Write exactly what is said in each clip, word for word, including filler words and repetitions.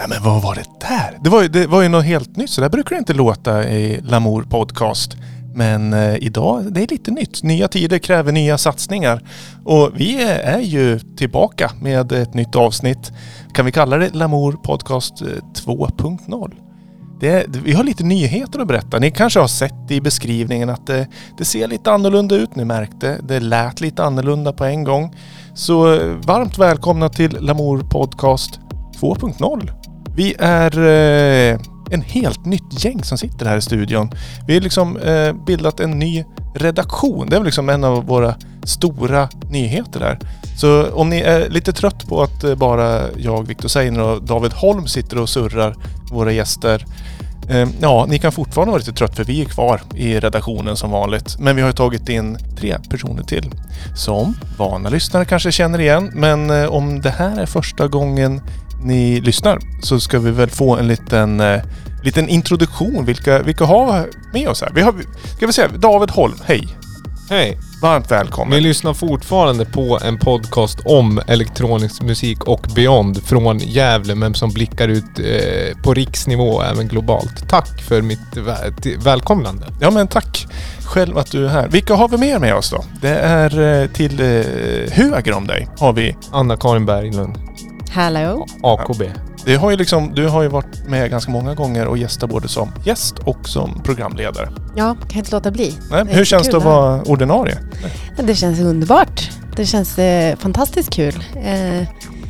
Nej, men vad var det där? Det var ju, det var ju något helt nytt. Så där brukar det inte låta i Lamour podcast. Men eh, idag, det är lite nytt. Nya tider kräver nya satsningar. Och vi är ju tillbaka med ett nytt avsnitt. Kan vi kalla det Lamour podcast två punkt noll? Det, vi har lite nyheter att berätta. Ni kanske har sett i beskrivningen att det, det ser lite annorlunda ut. Ni märkte, det lät lite annorlunda på en gång. Så varmt välkomna till Lamour podcast två punkt noll. Vi är eh, en helt nytt gäng som sitter här i studion. Vi har liksom eh, bildat en ny redaktion. Det är liksom en av våra stora nyheter där. Så om ni är lite trött på att eh, bara jag, Victor Seiner och David Holm sitter och surrar våra gäster. Eh, ja, ni kan fortfarande vara lite trött för vi är kvar i redaktionen som vanligt. Men vi har ju tagit in tre personer till. Som vana lyssnare kanske känner igen. Men eh, om det här är första gången ni lyssnar så ska vi väl få en liten, eh, liten introduktion. Vilka, vilka har med oss här? Vi har, ska vi säga, David Holm, hej. Hej. Varmt välkommen. Vi lyssnar fortfarande på en podcast om elektronisk musik och beyond från Gävle, men som blickar ut eh, på riksnivå och även globalt. Tack för mitt vä- välkomnande. Ja, men tack själv att du är här. Vilka har vi mer med oss då? Det är eh, till eh, höger om dig har vi Anna-Karin Berglund. Hello. A K B. Det har ju liksom, du har ju varit med ganska många gånger och gästat både som gäst och som programledare. Ja, kan inte låta bli. Nej, hur känns det att vara ordinarie? Det känns underbart. Det känns eh, fantastiskt kul. Eh,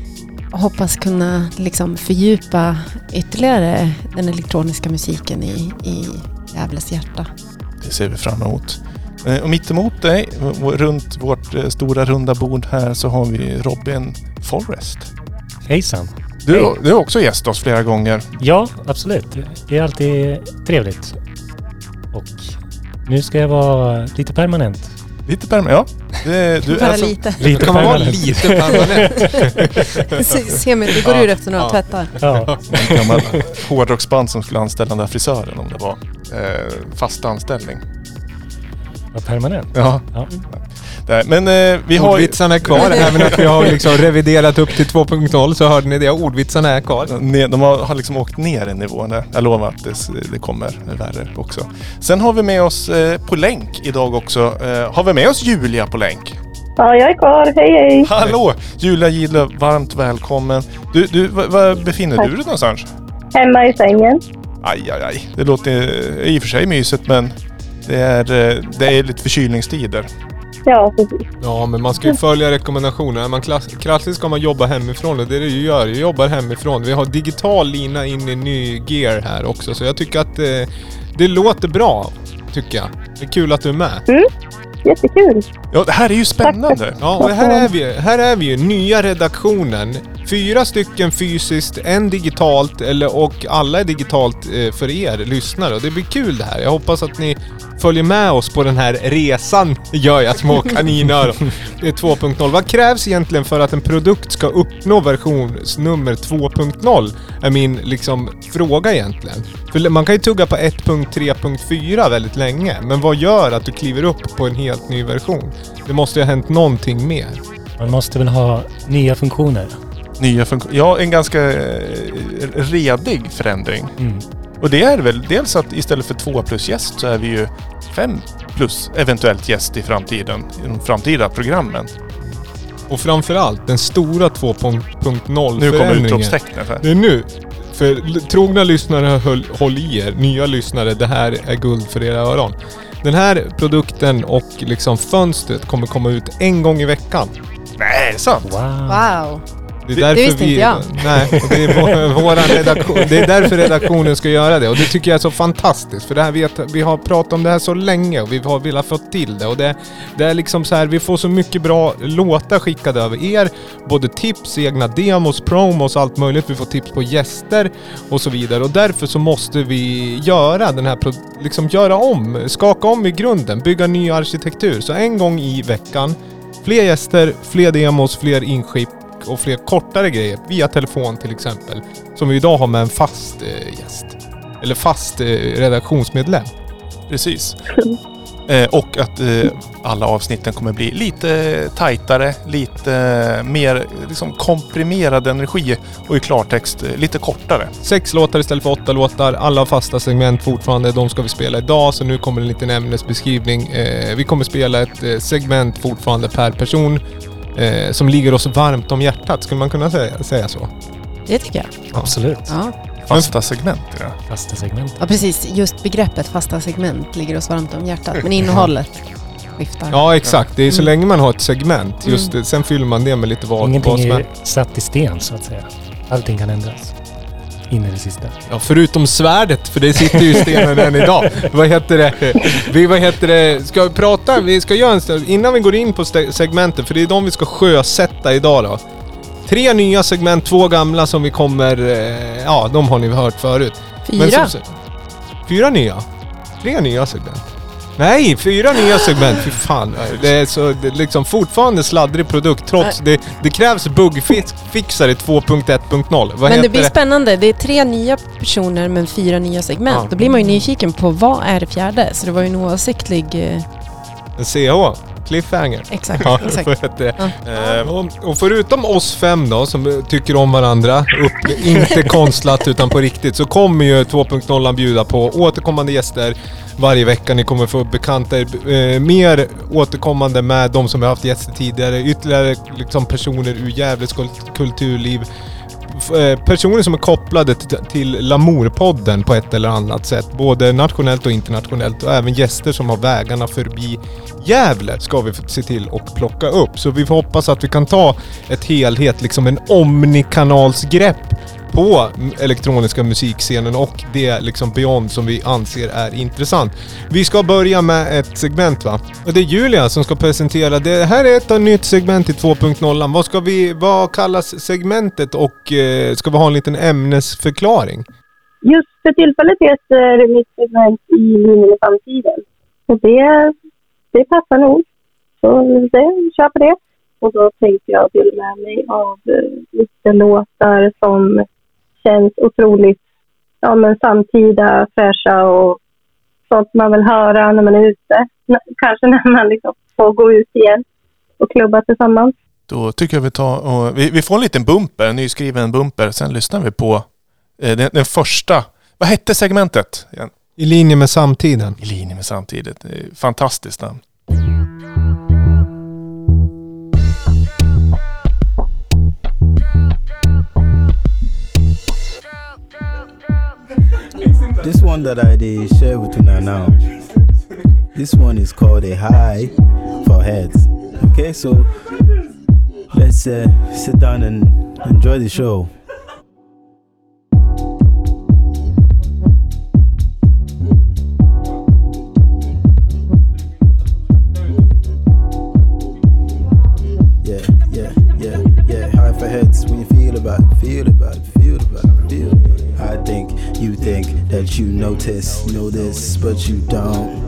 hoppas kunna liksom fördjupa ytterligare den elektroniska musiken i, i Gävles hjärta. Det ser vi fram emot. Eh, och mitt emot dig, runt vårt eh, stora runda bord här, så har vi Robin Forrest. Hejsan. Du, Hej. du har också gästat oss flera gånger. Ja, absolut. Det är alltid trevligt. Och nu ska jag vara lite permanent. Lite permanent, ja. Det, du Bara är så, lite. Lite kan man vara lite permanent. se, se mig, det går ur efter några ja. tvättar. Ja. En gammal hårdrocksband som skulle anställa den där frisören om det var eh, fast anställning. Var permanent? Ja. ja. Nej, men eh, vi har... Ordvitsarna är kvar, även att vi har liksom reviderat upp till två punkt noll, så hörde ni det. Ordvitsarna är kvar. De har, har liksom åkt ner en nivå. Där. Jag lovar att det, det kommer värre också. Sen har vi med oss eh, på länk idag också. Eh, har vi med oss Julia på länk? Ja, jag är kvar. Hej, hej. Hallå! Julia Gidlöf, varmt välkommen. Du, du, var befinner Tack. du dig någonstans? Hemma i sängen. Aj, aj, aj. Det låter i och för sig mysigt, men det är, det är lite förkylningstider. Ja, precis. Ja, men man ska ju följa rekommendationer. Är man klass- klassiskt ska man jobba hemifrån, och det är det du gör. Jag jobbar hemifrån. Vi har digital lina in i ny gear här också, så jag tycker att eh, det låter bra, tycker jag. Det är kul att du är med. Mm. Jättekul. Ja, det här är ju spännande. Ja, och här är vi, här är vi ju, nya redaktionen. Fyra stycken fysiskt, en digitalt, eller, och alla är digitalt eh, för er lyssnare. Och det blir kul det här. Jag hoppas att ni följer med oss på den här resan, gör jag små kaniner. Det är två punkt noll. Vad krävs egentligen för att en produkt ska uppnå versionsnummer två punkt noll? Är min liksom fråga egentligen. För man kan ju tugga på ett punkt tre punkt fyra väldigt länge. Men vad gör att du kliver upp på en helt ny version? Det måste ju ha hänt någonting mer. Man måste väl ha nya funktioner. Nya funktioner. Ja, en ganska redig förändring. Mm. Och det är väl dels att istället för två plus gäst så är vi ju fem plus eventuellt gäst i framtiden, i de framtida programmen. Och framförallt den stora två punkt noll nu förändringen. kommer utropstecknet här. Det är nu. För trogna lyssnare, håll, håll i er. Nya lyssnare, det här är guld för era öron. Den här produkten och liksom fönstret kommer komma ut en gång i veckan. Nej, sant. Wow. Wow. Det är därför det visste vi, inte jag. Nej, och det är vår, våran redaktion. Det är därför redaktionen ska göra det. Och det tycker jag är så fantastiskt. För det här vet, vi har pratat om det här så länge och vi har velat få till det. Och det, det är liksom så här, vi får så mycket bra låtar skickade över er. Både tips, egna demos, promos, allt möjligt. Vi får tips på gäster och så vidare. Och därför så måste vi göra den här, liksom göra om, skaka om i grunden, bygga ny arkitektur. Så en gång i veckan, fler gäster, fler demos, fler inskick och fler kortare grejer via telefon till exempel, som vi idag har med en fast eh, gäst eller fast eh, redaktionsmedlem. Precis. Eh, och att eh, alla avsnitten kommer bli lite tajtare, lite mer liksom, komprimerad energi och i klartext eh, lite kortare. Sex låtar istället för åtta låtar. Alla fasta segment fortfarande. De ska vi spela idag, så nu kommer en liten ämnesbeskrivning. Eh, vi kommer spela ett eh, segment fortfarande per person eh, som ligger oss varmt om hjärtat. Skulle man kunna säga, säga så? Det tycker jag. Absolut. Ja. Fasta segment, ja. Fasta segment. Ja, precis. Just begreppet fasta segment ligger oss varmt om hjärtat. Men innehållet skiftar. Ja, exakt. Det är så Mm. länge man har ett segment. Just Mm. det, sen fyller man det med lite vad, Ingenting vad som är är. ju satt i sten så att säga. Allting kan ändras. In i det sista. Ja, förutom svärdet, för det sitter ju i stenen än idag. Vad heter det? Vi, vad heter det? Ska vi prata? Vi ska göra en stund, innan vi går in på st- segmentet, för det är de vi ska sjösätta idag då. Tre nya segment, två gamla som vi kommer... Eh, ja, de har ni hört förut. Men Fyra. som, fyra nya? Tre nya segment? Nej, fyra nya segment. Fy fan. Det är så det är liksom fortfarande sladdrig produkt trots det, det krävs bugfixare två punkt ett punkt noll. Vad Men heter det blir spännande. Det är tre nya personer men fyra nya segment. Ja. Då blir man ju nyfiken på vad är det fjärde. Så det var ju en oavsiktlig... Eh, En C H. Cliffhanger. exakt, Ja, exakt. vad heter det? Ja. Eh, och, och förutom oss fem då, som tycker om varandra, upp, inte konstlat utan på riktigt, så kommer ju två punkt noll bjuda på återkommande gäster varje vecka. Ni kommer få bekanta er eh, mer återkommande med de som har haft gäster tidigare. Ytterligare liksom, personer ur Gävles kult- kulturliv. F- eh, personer som är kopplade t- till Lamour-podden på ett eller annat sätt. Både nationellt och internationellt. Och även gäster som har vägarna förbi Gävle ska vi se till och plocka upp. Så vi får hoppas att vi kan ta ett helhet, liksom en omnikanalsgrepp på elektroniska musikscenen och det liksom beyond som vi anser är intressant. Vi ska börja med ett segment, va? Och det är Julia som ska presentera. Det här är ett av nytt segment i två punkt noll. Vad ska vi, vad kallas segmentet och eh, ska vi ha en liten ämnesförklaring? Just för tillfället heter det mitt segment i linjen i framtiden. Och det, det passar nog. Så det, kör på det. Och då tänkte jag dela med mig av eh, lite låtar som känns otroligt ja, men samtida, fräscha och sånt man vill höra när man är ute. N- kanske när man liksom får gå ut igen och klubba tillsammans. Då tycker jag vi tar och vi, vi får en liten bumper, en nyskriven bumper. Sen lyssnar vi på eh, den, den första. Vad hette segmentet? Igen. I linje med samtiden. I linje med samtidigt. Det är fantastiskt namn. This one that I did share with you now. This one is called a high for heads. Okay, so let's uh, sit down and enjoy the show. Yeah, yeah, yeah, yeah. High for heads. When you feel about it, feel about it, feel about it, feel about it. I think you think that you notice, know this, but you don't.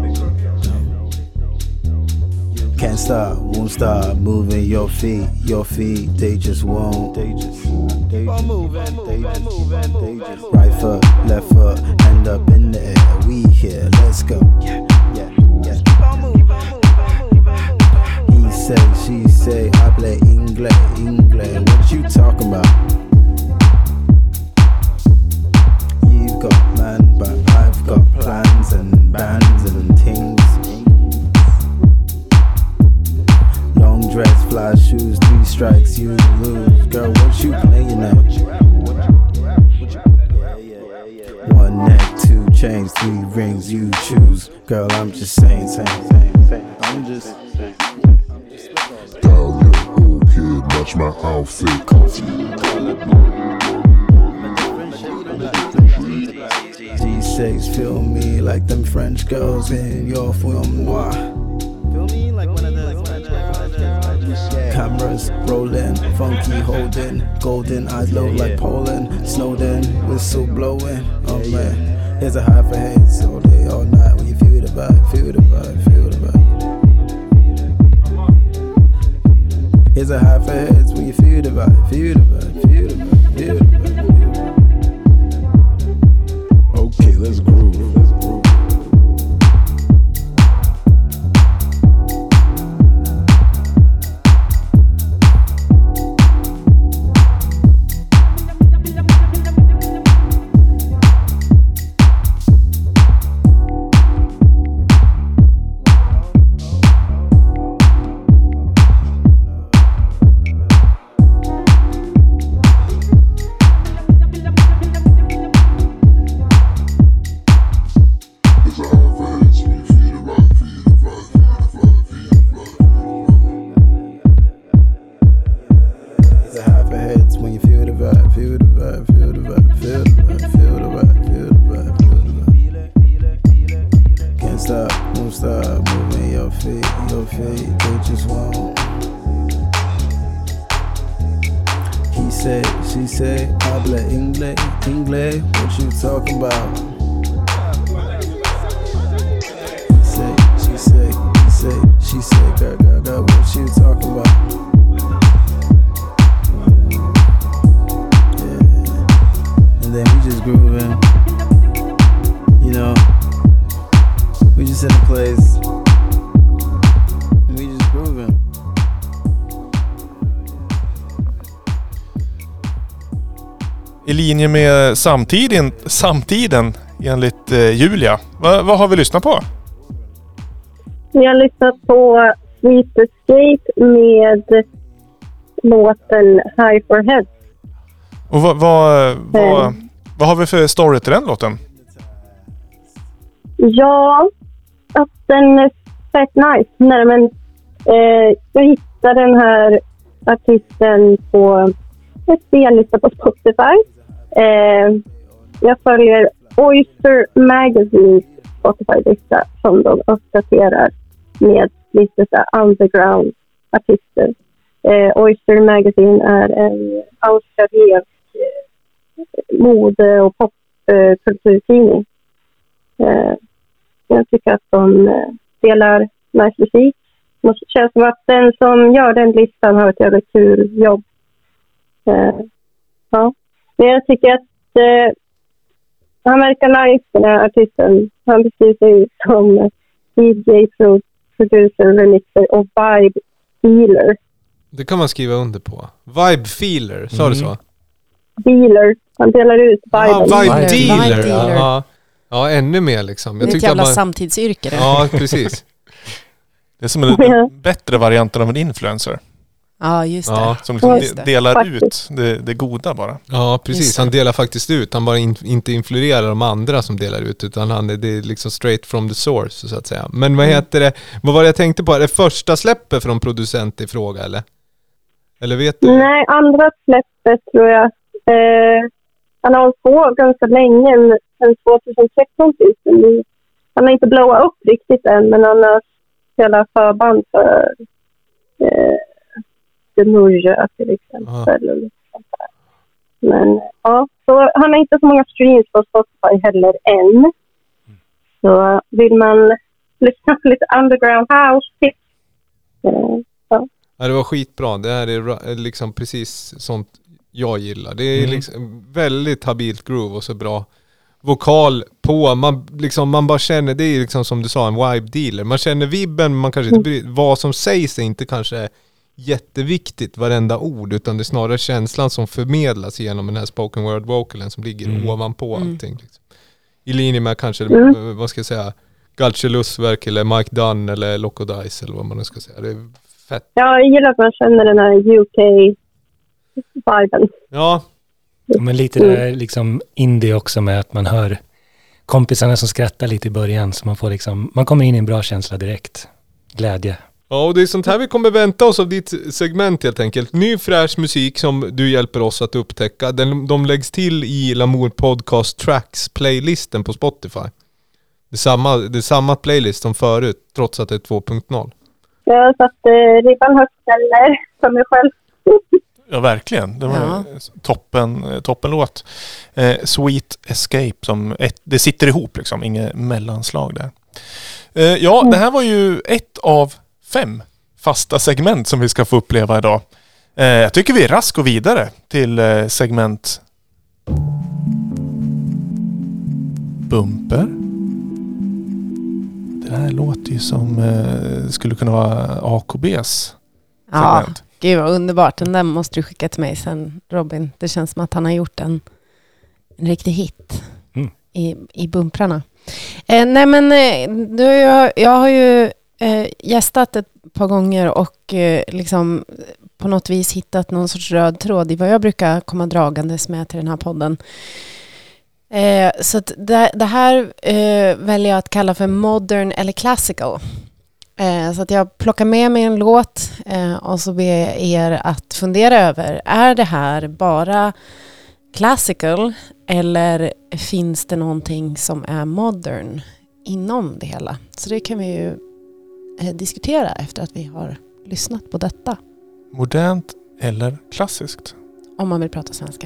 Can't stop, won't stop moving your feet, your feet, they just won't. They just, they just, moving, they just, moving, they just. Right foot, left foot, end up in the air. We here, let's go. Yeah, yeah, yeah. He say, she say, I play English, English. What you talking about? You've got man, but I've got plans and bands and things. Long dress, fly shoes, three strikes, you lose. Girl, what you playing at? One neck, two chains, three rings, you choose. Girl, I'm just saying, saying, saying, saying. I'm just saying. Style your whole kid, match my outfit. G six, feel me like them French girls in your film noir. Feel me like one of those French girls. Cameras rolling, funky holding, golden eyes low like Poland, Snowden, whistle blowing. Oh man, here's a high for heads all day, all night. When you feel the vibe, feel the vibe, feel the vibe. Here's a high for heads when you feel the vibe, feel the vibe, feel the vibe, feel the vibe. Okay, let's groove. Let's groove. stop, won't stop moving your feet, your feet, they just won't. He said, she said, habla inglés, inglés, what you talking about? He said, she said, he said, she said, girl, girl, girl, what you talking about? Yeah, and then we just grooving, you know, we just in a place, and we just grooving. I linje med samtiden, samtiden enligt eh, Julia. Va, vad har vi lyssnat på? Vi har lyssnat på Sweet Escape med låten High for Head. Och vad, vad, vad, vad har vi för story till den låten? Ja, att den är fett nice. Nej, men, eh, jag hittade den här artisten på ett spellista på Spotify. Eh, jag följer Oyster Magazine Spotify-lista som de uppdaterar med lite så här underground artister. Eh, Oyster Magazine är en australiensk eh, mode- och popkulturtidning. Eh, jag tycker att de eh, delar nice musik. Det känns som att den som gör den listan har ett jävligt kul jobb. Eh, ja. Men jag tycker att eh, han verkar nice, den här artisten. Han beskriver sig som D J, producer, remixer och vibe dealer. Det kan man skriva under på. Vibe feeler, sa mm. du så? Dealer. Han delar ut vibe. Ah, vibe dealer. Vibe dealer. Ja. Ja, ännu mer liksom. Jag det är ett jävla man... samtidsyrke. Ja, precis. Det är som en, en bättre variant av en influencer. Ja, just det. Ja, som liksom de, delar faktiskt ut det, det goda bara. Ja, precis. Han delar faktiskt ut. Han bara in, inte influerar de andra som delar ut, utan han är, det är liksom straight from the source, så att säga. Men vad heter det? Vad var det jag tänkte på? Är det första släppet från producent i fråga, eller? Eller vet du? Nej, andra släppet tror jag. Eh, han har hållit på ganska länge, sen tjugohundratretton tusen. Han har inte blåat upp riktigt än, men han har hela förband för eh, Nurja till exempel. Och sånt där. Men ja, så han har inte så många streams på Spotify heller än. Så vill man lyssna på lite underground house, eh, ja. Ja, det var skitbra. Det här är liksom precis sånt jag gillar. Det är mm. liksom väldigt habilt groove och så bra vokal på. Man, liksom, man bara känner, det är liksom som du sa, en vibe dealer. Man känner vibben, man kanske inte bryr, vad som sägs är inte kanske jätteviktigt varenda ord, utan det är snarare känslan som förmedlas genom den här spoken word vocalen som ligger mm. ovanpå mm. allting. Liksom. I linje med kanske, mm. vad ska jag säga, Gulche Lustwerk eller Mike Dunn eller Loco Dice eller vad man nu ska säga. Det är fett. Ja, jag gillar att man känner den här U K-viben. Ja. Men lite där liksom indie också, med att man hör kompisarna som skrattar lite i början, så man får liksom, man kommer in i en bra känsla direkt. Glädje. Ja, och det är sånt här vi kommer vänta oss av ditt segment helt enkelt. Ny fräsch musik som du hjälper oss att upptäcka. Den, de läggs till i Lamour Podcast Tracks playlisten på Spotify. Det är samma, det är samma playlist som förut, trots att det är två punkt noll. Jag satt eh, ribban högt eller för mig själv. Ja, verkligen. Det var ja. toppen, toppenlåt. Eh, Sweet Escape, som ett, det sitter ihop liksom, inget mellanslag där. Eh, ja, mm. det här var ju ett av fem fasta segment som vi ska få uppleva idag. Eh, jag tycker vi är raskt gå vidare till eh, segment Bumper. Det här låter ju som eh, skulle kunna vara A K B:s segment. Ja, gud vad underbart. Den där måste du skicka till mig sen, Robin. Det känns som att han har gjort en, en riktig hit mm. i, i bumprarna. Eh, nej men eh, du, jag, jag har ju eh, gästat ett par gånger och eh, liksom på något vis hittat någon sorts röd tråd i vad jag brukar komma dragandes med till den här podden. Eh, så att det, det här eh, väljer jag att kalla för modern eller classical. Eh, så att jag plockar med mig en låt eh, och så ber jag er att fundera över, är det här bara classical eller finns det någonting som är modern inom det hela. Så det kan vi ju eh, diskutera efter att vi har lyssnat på detta. Modernt eller klassiskt? Om man vill prata svenska.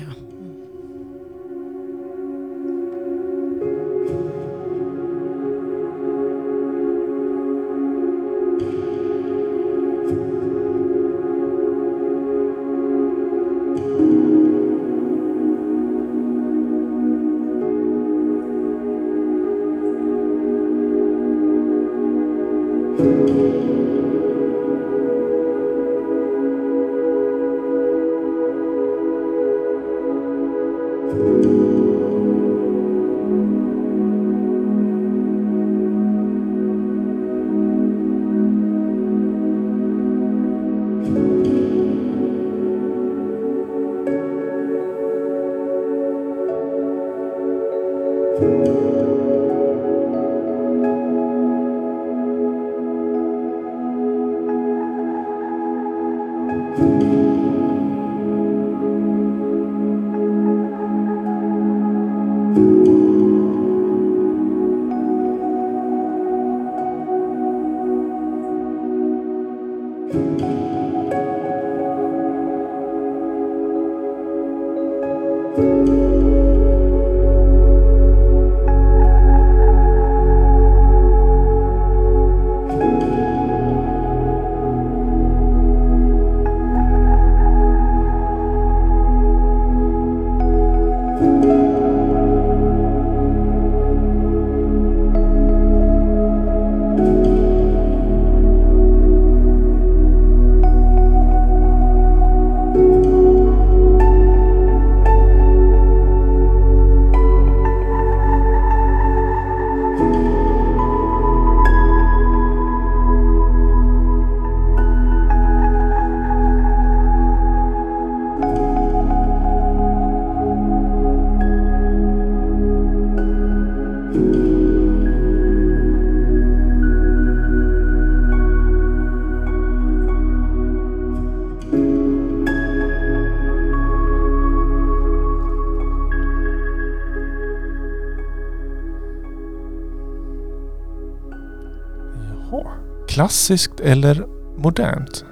Klassiskt eller modernt?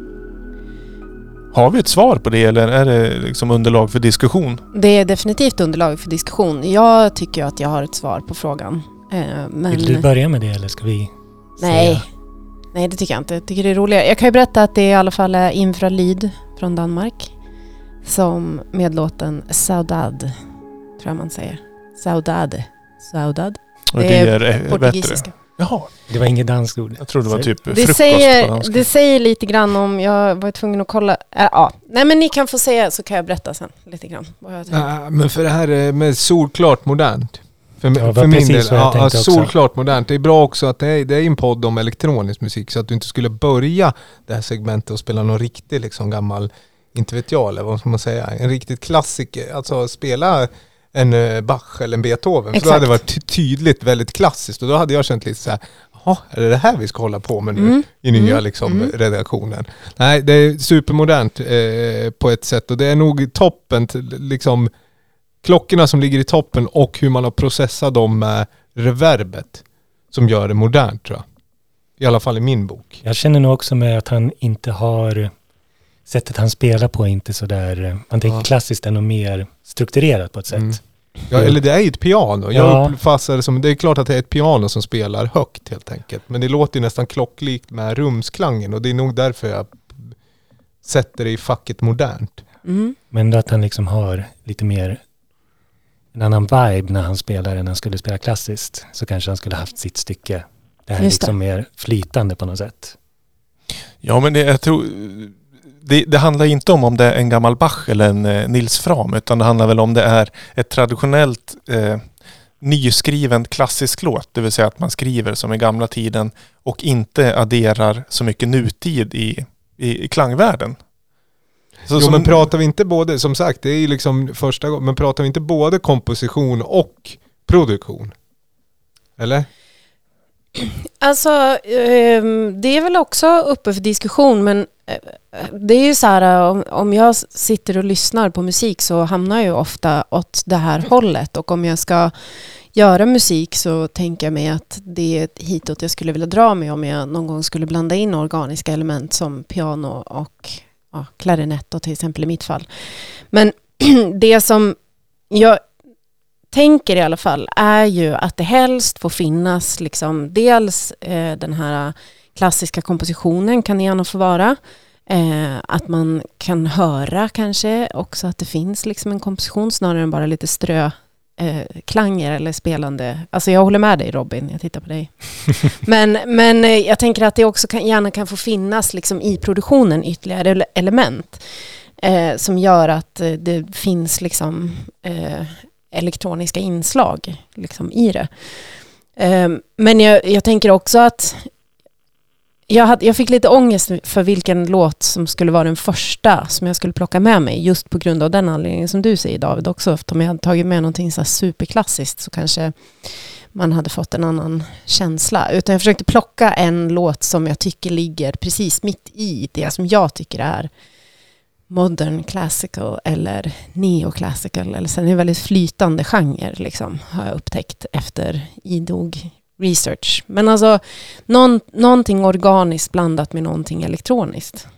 Har vi ett svar på det eller är det liksom underlag för diskussion? Det är definitivt underlag för diskussion. Jag tycker att jag har ett svar på frågan. Eh, men... Vill du börja med det eller ska vi Nej. säga? Nej, det tycker jag inte. Jag tycker det är roligare. Jag kan ju berätta att det i alla fall är Infralyd från Danmark som med låten Saudade, tror jag man säger. Saudade. Saudade. Och det, det är, är portugisiska. Bättre. Jaha. Det var inget danskt ord. Jag trodde det var typ det frukost säger, på danska. Det säger lite grann om, jag var tvungen att kolla. Äh, ja. Nej men ni kan få säga så kan jag berätta sen lite grann. Vad jag äh, men för det här är med solklart modernt. För, ja, för min del, ja, ja, solklart modernt. Det är bra också att det är, det är en podd om elektronisk musik så att du inte skulle börja det här segmentet och spela någon riktig liksom gammal, inte vet jag eller vad ska man säga, en riktigt klassiker. Alltså spela en Bach eller en Beethoven. Exakt. För då hade det varit tydligt väldigt klassiskt och då hade jag känt lite så här, jaha, är det det här vi ska hålla på med nu mm. i nya mm. liksom, mm. redaktionen? Nej, det är supermodernt eh, på ett sätt och det är nog toppen till, liksom klockorna som ligger i toppen och hur man har processat dem med reverbet som gör det modernt tror jag. I alla fall i min bok. Jag känner nog också med att han inte har sättet han spelar på inte så där, man tänker ja. klassiskt är nog mer strukturerat på ett sätt. Mm. Ja, eller det är ju ett piano. Jag ja. uppfattar det som, det är klart att det är ett piano som spelar högt helt enkelt. Men det låter ju nästan klocklikt med rumsklangen och det är nog därför jag sätter det i facket modernt. Mm. Men att han liksom har lite mer en annan vibe när han spelar än när han skulle spela klassiskt så kanske han skulle haft sitt stycke. Det här är liksom mer flytande på något sätt. Ja, men det, jag tror... Det, det handlar inte om om det är en gammal Bach eller en eh, Nils Fram utan det handlar väl om det är ett traditionellt eh, nyskriven klassisk låt. Det vill säga att man skriver som i gamla tiden och inte adderar så mycket nutid i, i, i klangvärlden. Så, jo, som, men pratar vi inte både, som sagt det är ju liksom första gången, men pratar vi inte både komposition och produktion? Eller? Alltså eh, det är väl också uppe för diskussion men det är ju så här, om, om jag sitter och lyssnar på musik så hamnar jag ju ofta åt det här hållet och om jag ska göra musik så tänker jag mig att det är hitåt jag skulle vilja dra mig om jag någon gång skulle blanda in organiska element som piano och ja, klarinett då, till exempel i mitt fall. Men det som jag tänker i alla fall är ju att det helst får finnas liksom dels eh, den här klassiska kompositionen kan gärna få vara. Eh, att man kan höra kanske också att det finns liksom en komposition snarare än bara lite strö eh, klanger eller spelande. Alltså jag håller med dig Robin, jag tittar på dig. men, men eh, jag tänker att det också kan, gärna kan få finnas liksom i produktionen ytterligare element eh, som gör att eh, det finns liksom eh, elektroniska inslag liksom i det. Eh, men jag, jag tänker också att Jag, hade, jag fick lite ångest för vilken låt som skulle vara den första som jag skulle plocka med mig just på grund av den anledningen som du säger David också. För om jag hade tagit med någonting så här superklassiskt så kanske man hade fått en annan känsla. Utan jag försökte plocka en låt som jag tycker ligger precis mitt i det som jag tycker är modern classical eller neoclassical. Eller sen är det en väldigt flytande genre liksom, har jag upptäckt efter idog research. Men alltså någon, någonting organiskt blandat med någonting elektroniskt.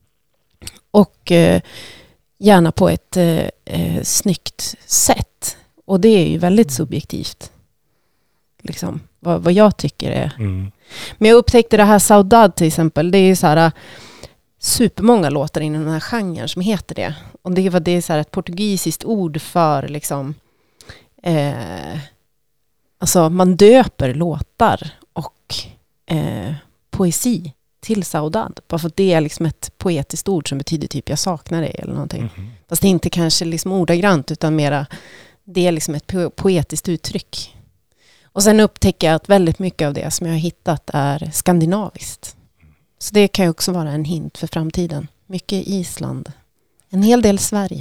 Och eh, gärna på ett eh, eh, snyggt sätt. Och det är ju väldigt subjektivt. Liksom, vad, vad jag tycker är. Mm. Men jag upptäckte det här Saudade till exempel. Det är ju så här supermånga låtar inom den här genren som heter det. Och det var det är så här ett portugisiskt ord för liksom eh, alltså man döper låtar och eh, poesi till Saudade. Bara för att det är liksom ett poetiskt ord som betyder typ jag saknar dig eller någonting. Mm-hmm. Fast det är inte kanske liksom ordagrant utan mera det är liksom ett po- poetiskt uttryck. Och sen upptäcker jag att väldigt mycket av det som jag har hittat är skandinaviskt. Så det kan ju också vara en hint för framtiden. Mycket Island. En hel del Sverige.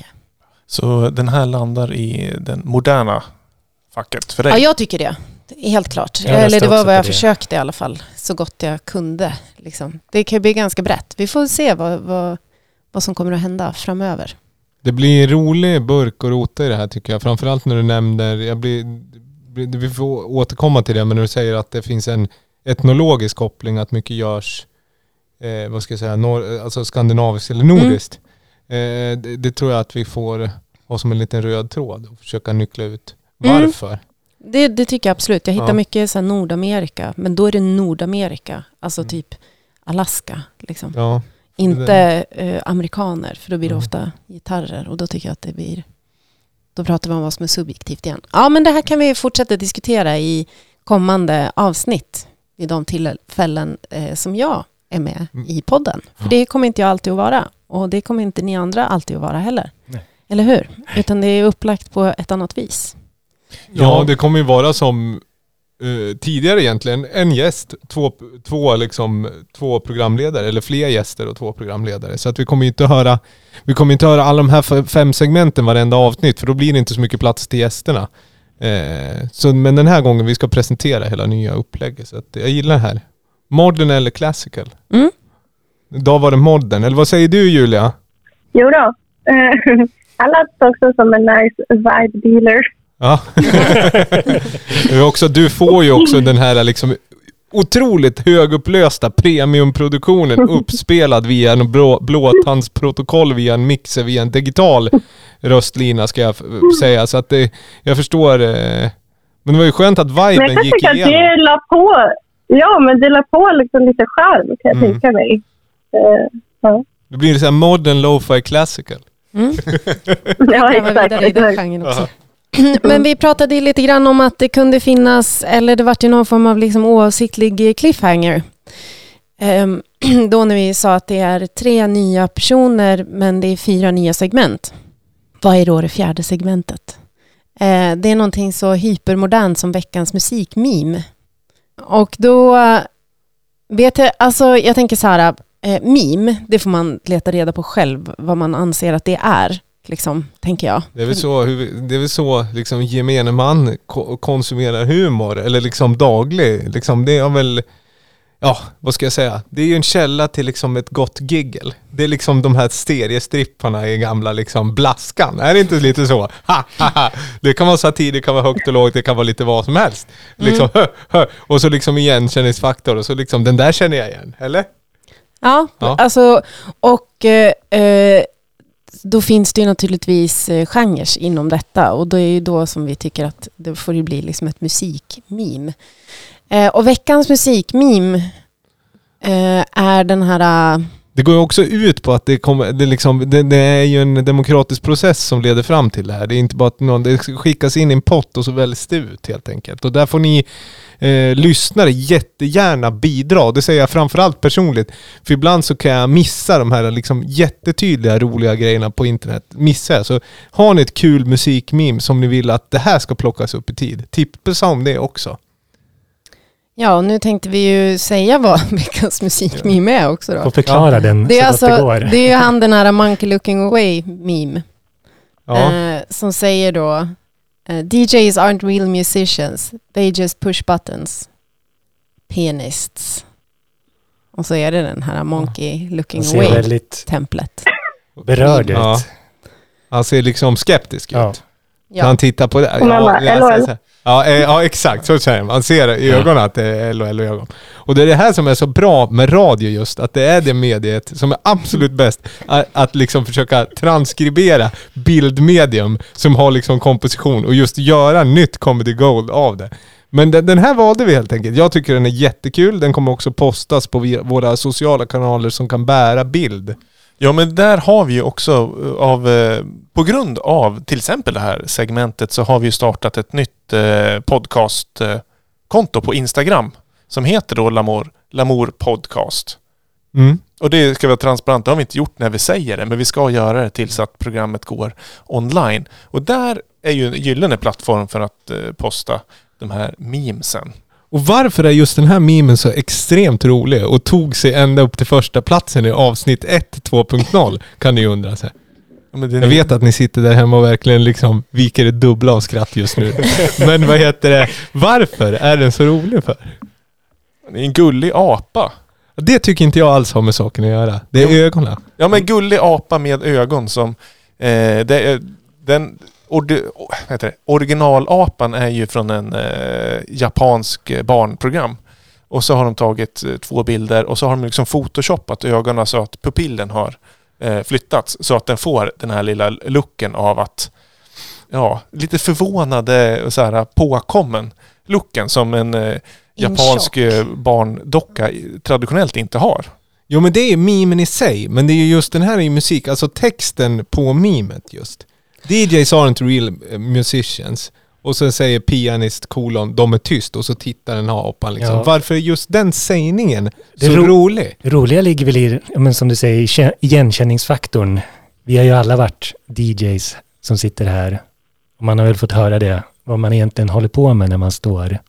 Så den här landar i den moderna facket för dig? Ja, jag tycker det. Helt klart. Jag Eller det var vad jag det. försökte i alla fall. Så gott jag kunde. Liksom. Det kan ju bli ganska brett. Vi får se vad, vad, vad som kommer att hända framöver. Det blir en rolig burk och rota i det här tycker jag. Framförallt när du nämner, jag blir, vi får återkomma till det, men när du säger att det finns en etnologisk koppling, att mycket görs eh, vad ska jag säga, nor- alltså skandinaviskt eller nordiskt. Mm. Eh, det, det tror jag att vi får ha som en liten röd tråd och försöka nyckla ut varför. Mm. Det, det tycker jag absolut. Jag hittar ja. mycket så här Nordamerika, men då är det Nordamerika, alltså mm. typ Alaska liksom. Ja. Inte eh, amerikaner, för då blir det mm. ofta gitarrer och då tycker jag att det blir, då pratar vi om vad som är subjektivt igen. Ja, men det här kan vi fortsätta diskutera i kommande avsnitt i de tillfällen eh, som jag är med mm. i podden. För ja. det kommer inte jag alltid att vara och det kommer inte ni andra alltid att vara heller. Nej. Eller hur? Utan det är upplagt på ett annat vis. Ja, det kommer ju vara som Uh, tidigare egentligen en gäst, två, två, liksom, två programledare eller fler gäster och två programledare. Så att vi kommer inte höra vi kommer inte höra alla de här fem segmenten varenda avsnitt, för då blir det inte så mycket plats till gästerna. Uh, så, men den här gången vi ska presentera hela nya upplägget. Så att jag gillar det här. Modern eller classical? Mm. Idag var det modern. Eller vad säger du, Julia? Jo då. Uh, jag låter också som en nice vibe dealer. Ja. också, du får ju också den här liksom otroligt högupplösta premiumproduktionen uppspelad via en blå, blåtandsprotokoll, via en mixer, via en digital röstlina ska jag säga. Så att det, jag förstår. Eh, men det var ju skönt att viben men gick igenom. Det la på, ja, men det la på liksom lite charm kan jag mm. tänka mig. Uh, ja. Det blir så här modern lo-fi classical. Mm. ja, exakt. I den genren också. Men vi pratade lite grann om att det kunde finnas, eller det var ju någon form av liksom oavsiktlig cliffhanger. Um, då när vi sa att det är tre nya personer men det är fyra nya segment. Vad är då det fjärde segmentet? Uh, det är någonting så hypermodernt som veckans musikmeme. Och då uh, vet jag, alltså jag tänker så här, uh, meme, det får man leta reda på själv vad man anser att det är. Liksom, tänker jag. Det är väl så, det är väl så liksom, gemene man ko- konsumerar humor eller liksom daglig. Liksom, det är väl, ja, vad ska jag säga? Det är ju en källa till liksom ett gott giggle. Det är liksom de här stereostripparna i gamla liksom blaskan. Är det inte lite så? Ha, ha, ha. Det kan vara satir, det kan vara högt och lågt, det kan vara lite vad som helst. Liksom, mm. hö, hö. Och så liksom igenkänningsfaktor och så liksom, den där känner jag igen, eller? Ja, ja. alltså och eh, då finns det ju naturligtvis eh, genrer inom detta och då är ju då som vi tycker att det får ju bli liksom ett musikmeme. Eh, och veckans musikmeme eh, är den här... Det går ju också ut på att det, kommer, det, liksom, det, det är ju en demokratisk process som leder fram till det här. Det är inte bara att någon, det skickas in i en pott och så väljs det ut helt enkelt. Och där får ni eh, lyssnare jättegärna bidra. Det säger jag framförallt personligt. För ibland så kan jag missa de här liksom jättetydliga, roliga grejerna på internet. Missa jag. Så har ni ett kul musikmeme som ni vill att det här ska plockas upp i tid, tipsa om det också. Ja, och nu tänkte vi ju säga vad veckans musikmeme är också då. Och förklara ja. den det är så alltså, gott det går. Det är ju han den här Monkey Looking Away meme. Ja. Eh, som säger då D Js aren't real musicians. They just push buttons. Pianists. Och så är det den här Monkey Looking ser Away väldigt templet. berörd ut. Ja. Han ser liksom skeptisk Ja. ut. Ja. Han tittar på det. Och man bara, jag L O L. säger så här. Ja, eh, ja, exakt. Så säger man. Man ser i ögonen att det är L O L ögon. Och det är det här som är så bra med radio just. Att det är det mediet som är absolut bäst. Att, att liksom försöka transkribera bildmedium som har liksom komposition. Och just göra nytt comedy gold av det. Men den, den här valde vi helt enkelt. Jag tycker den är jättekul. Den kommer också postas på vi, våra sociala kanaler som kan bära bild. Ja, men där har vi ju också av, på grund av till exempel det här segmentet så har vi ju startat ett nytt eh, podcastkonto på Instagram som heter då Lamour, Lamour Podcast. Mm. Och det ska vara transparent, det har vi inte gjort när vi säger det, men vi ska göra det tills att programmet går online. Och där är ju en gyllene plattform för att eh, posta de här memesen. Och varför är just den här memen så extremt rolig och tog sig ända upp till första platsen i avsnitt ett två punkt noll kan ni undra sig. Ja, men det är... Jag vet att ni sitter där hemma och verkligen liksom viker det dubbla av skratt just nu. Men vad heter det? Varför är den så rolig för? Det är en gullig apa. Det tycker inte jag alls har med saken att göra. Det är jo. ögonen. Ja, men gullig apa med ögon som eh, det är, den Ord, heter det, originalapan är ju från en eh, japansk barnprogram. Och så har de tagit eh, två bilder och så har de liksom photoshoppat ögonen så att pupillen har eh, flyttats. Så att den får den här lilla looken av att, ja, lite förvånade och så här påkommen looken som en eh, japansk eh, barndocka traditionellt inte har. Jo, men det är memen i sig. Men det är ju just den här i musik, alltså texten på memet just. D Js aren't real musicians. Och så säger pianist kolon, de är tyst. Och så tittar den här apan liksom. Ja. Varför är just den sägningen Det så ro- rolig? Roliga ligger väl i, men som du säger, igenkänningsfaktorn. Vi har ju alla varit D Js som sitter här. Och man har väl fått höra det. Vad man egentligen håller på med när man står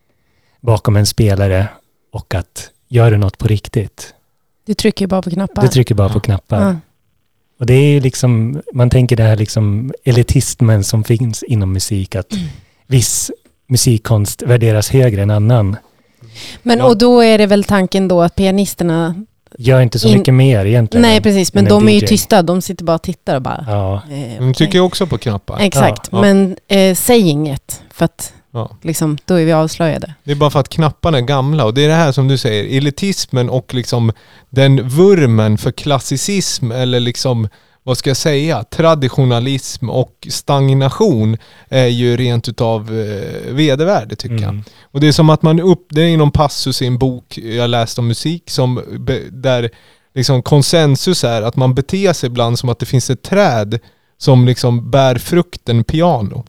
bakom en spelare. Och att gör du något på riktigt. Du trycker bara på knappar. Du trycker bara på knappar. Ja. Och det är ju liksom, man tänker det här liksom elitismen som finns inom musik, att mm. viss musikkonst värderas högre än annan. Men ja. och då är det väl tanken då att pianisterna gör inte så in... mycket mer egentligen. Nej, precis, men de D J. är ju tysta, de sitter bara och tittar och bara. Ja. Eh, De trycker ju också på knappar. Exakt, Ja. men eh, säg inget för att Ja. liksom, då är vi avslöjade. Det är bara för att knapparna är gamla. Och det är det här som du säger, elitismen och liksom den vurmen för klassicism eller liksom, vad ska jag säga, traditionalism och stagnation är ju rent utav eh, vedervärde tycker Mm. jag. Och det är som att man upp, det är någon passus i en bok jag läst om musik som be, där liksom konsensus är att man beter sig ibland som att det finns ett träd som liksom bär frukten piano.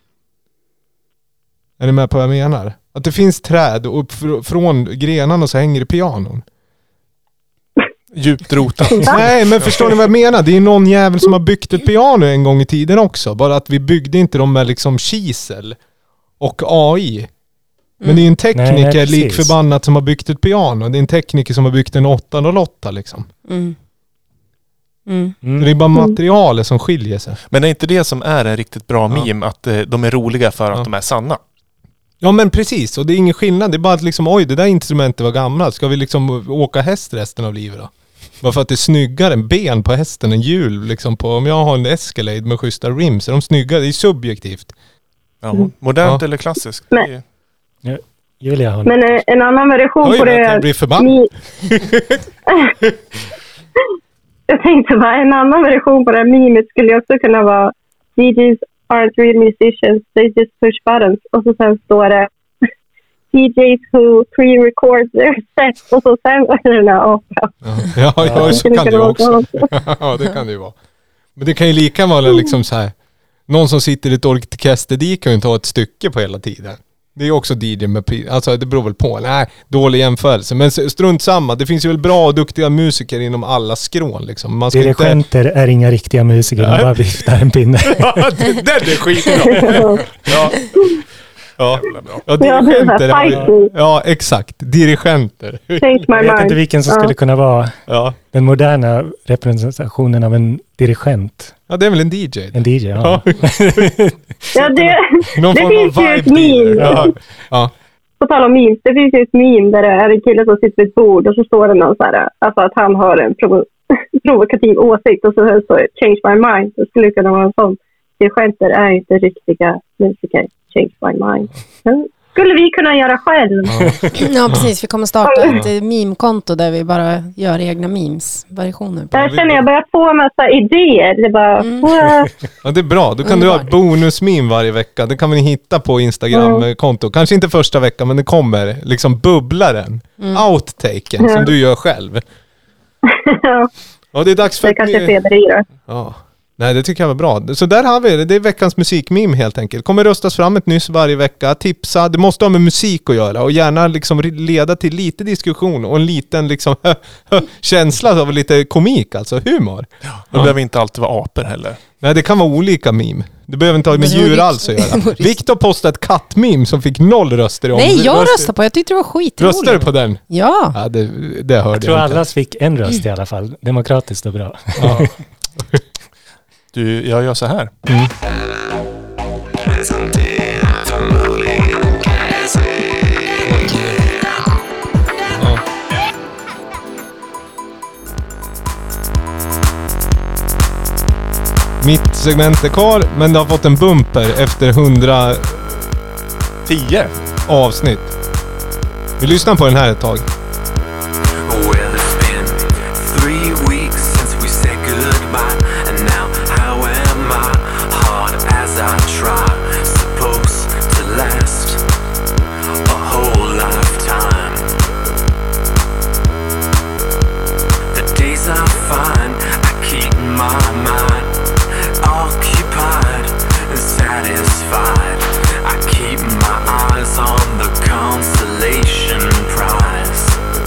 Är ni med på vad jag menar? Att det finns träd och upp fr- från grenarna så hänger det pianon. Djupt rotat. Nej, men förstår ni vad jag menar? Det är någon jävel som har byggt ett piano en gång i tiden också. Bara att vi byggde inte dem med liksom kisel och A I. Men det är en tekniker Nej, nej, lik precis. förbannat som har byggt ett piano. Det är en tekniker som har byggt en åtta noll åtta liksom. Mm. Mm. Mm. Det är bara materialet som skiljer sig. Men är inte det som är en riktigt bra Ja. meme att eh, de är roliga för att Ja. de är sanna? Ja men precis, och det är ingen skillnad. Det är bara att liksom, oj det där instrumentet var gammalt. Ska vi liksom åka häst resten av livet då? Bara för att det är snyggare en ben på hästen än hjul liksom på, om jag har en Escalade med schyssta rims, är de snyggare, det är subjektivt. Ja, modernt Ja. eller klassiskt? Men- Det är- Ja, Julia har... Men eh, en annan version Oj, på det... jag blir förbannad. Mi- jag tänkte bara, en annan version på det här memet skulle ju också kunna vara D Js aren't real musicians, they just push buttons. Och så sen står det D Js who pre-record their set. Och så sen är det den här apan. Ja, ja, ja, så Skulle kan det ju kunna vara också. så. Ja, det kan det ju vara. Men det kan ju lika vara liksom så här. Någon som sitter i ett orkester kan ju inte ha ett stycke på hela tiden. Det är ju också D J med pri- alltså det beror väl på. Nej, dålig jämförelse. Men strunt samma. Det finns ju väl bra och duktiga musiker inom alla skrån liksom. Man ska inte... Dirigenter är inga riktiga musiker, de bara viftar en pinne. Ja, det, den är skitbra. Ja. Ja. Ja, Ja, det är dirigenter. så här har ju- fighting. Ja, exakt. Dirigenter. Change my Jag vet inte mind. vilken som Ja. skulle kunna vara Ja. den moderna representationen av en dirigent. Ja, det är väl en D J. En D J, ja. Ja. Ja, det, Någon det form av finns ju ett vibe till det. meme. Ja. Ja. På tal om memes, det finns ju ett meme där det är en kille som sitter vid ett bord och så står det någon så här, alltså att han har en provo- provokativ åsikt och så står det change my mind. Det skulle kunna vara en sån. Dirigenter är inte riktiga musiker. Change my mind. Den skulle vi kunna göra själv. Ja, precis. Vi kommer starta ett eh, meme-konto där vi bara gör egna memes-variationer. på. Där känner jag börjar få en massa idéer. Det är bara... Mm. "Wow." Ja, det är bra. Då kan du ha ett bonusmeme varje vecka. Det kan man hitta på Instagram-konto. Kanske inte första veckan, men det kommer liksom bubblaren. Outtaken som du gör själv. Ja, Ja, det är dags för... det kanske är Feder i då. Ja. Nej, det tycker jag var bra. Så där har vi det. Det är veckans musikmeme helt enkelt. Kommer röstas fram ett nyss varje vecka. Tipsa. Det måste ha med musik att göra. Och gärna liksom leda till lite diskussion. Och en liten liksom hö, hö, känsla av lite komik, alltså humor. Det behöver inte alltid vara apor heller. Nej, det kan vara olika meme. Det behöver inte ha med Men det var djur rikt- alls att det var göra. rikt- Viktor postade ett kattmeme som fick noll röster i Nej, jag omröstning. röstade på. Jag tyckte det var skitroligt. Röstade du på den? Ja. Ja, det, det hörde Jag tror jag inte. allas fick en röst i alla fall. Demokratiskt och bra. Ja. Du, jag gör så här. Mitt segment är kvar, men det har fått en bumper efter hundra Tio. avsnitt. Vi lyssnar på den här ett tag. Well, it's been three weeks since we said goodbye, and now how am I? Hard as I try, supposed to last a whole lifetime. The days I find, I keep my mind occupied and satisfied. I keep my eyes on the consolation prize.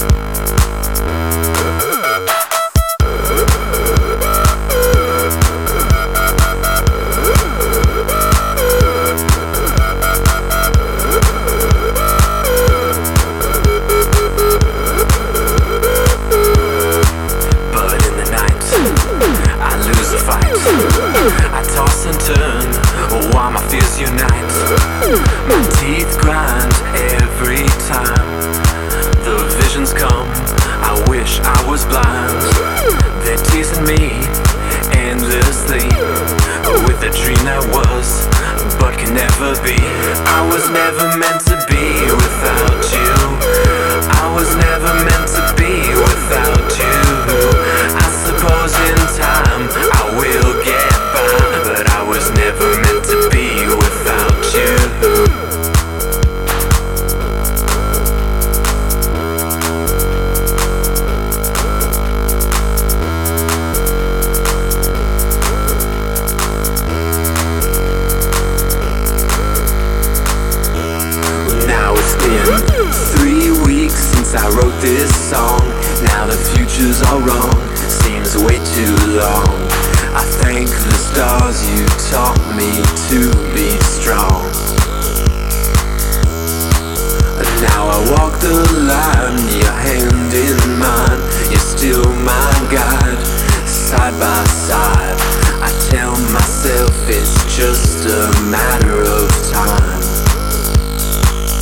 But in the night, I lose a fight. I toss and turn while my fears unite. My teeth grind every time the visions come. I wish I was blind. They're teasing me endlessly with a dream that was, but can never be. I was never meant to be without you. I was never meant to be without you. I suppose in time I will get by, but I was never meant to be without you. Now it's been three weeks since I wrote this song. Now the future's all wrong, seems way too long. I thank the stars you taught me to be strong. And now I walk the line, your hand in mine. You're still my guide, side by side. I tell myself it's just a matter of time.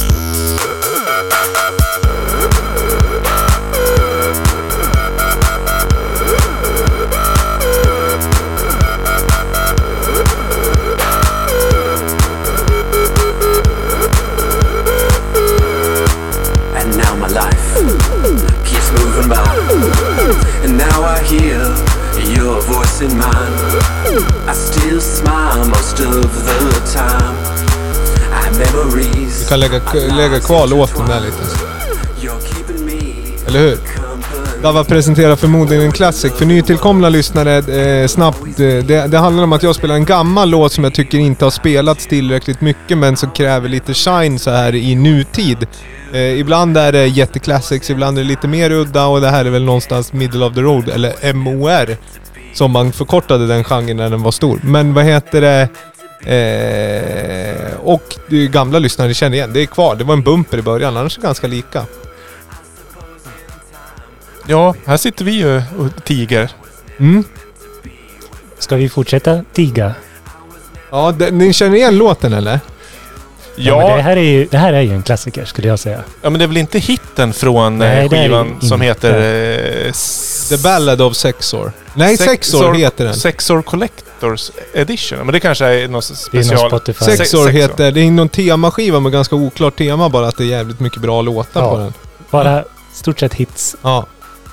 heart in mine. I still smile most of the time. I have memories. Vi kan lägga, lägga kvar låten där lite. Eller hur? Dava presenterar förmodligen en klassik. För nytillkomna lyssnare eh, snabbt. Eh, det, det handlar om att jag spelar en gammal låt som jag tycker inte har spelats tillräckligt mycket, men som kräver lite shine så här i nutid. Eh, ibland är det jätteklassiks, ibland är det lite mer udda, och det här är väl någonstans middle of the road, eller M O R, som man förkortade den genren när den var stor. Men vad heter det? Eh, och det gamla lyssnare känner igen. Det är kvar. Det var en bumper i början, annars är det ganska lika. Ja, här sitter vi ju och tiger. Mm. Ska vi fortsätta tiga? Ja, det, ni känner igen låten eller? Ja, ja men det, här är ju, det här är ju en klassiker skulle jag säga. Ja, men det är väl inte hitten från Nej, skivan som inte. heter... Eh, s- The Ballad of Sexor. Nej, Sex- Sexor heter den. Sexor Collectors Edition. Men det kanske är något special... Det är någon Spotify. Sexor Sexor heter... Det är någon temaskiva med ganska oklart tema, bara att det är jävligt mycket bra låtar Ja. på den. Bara stort sett hits. Ja.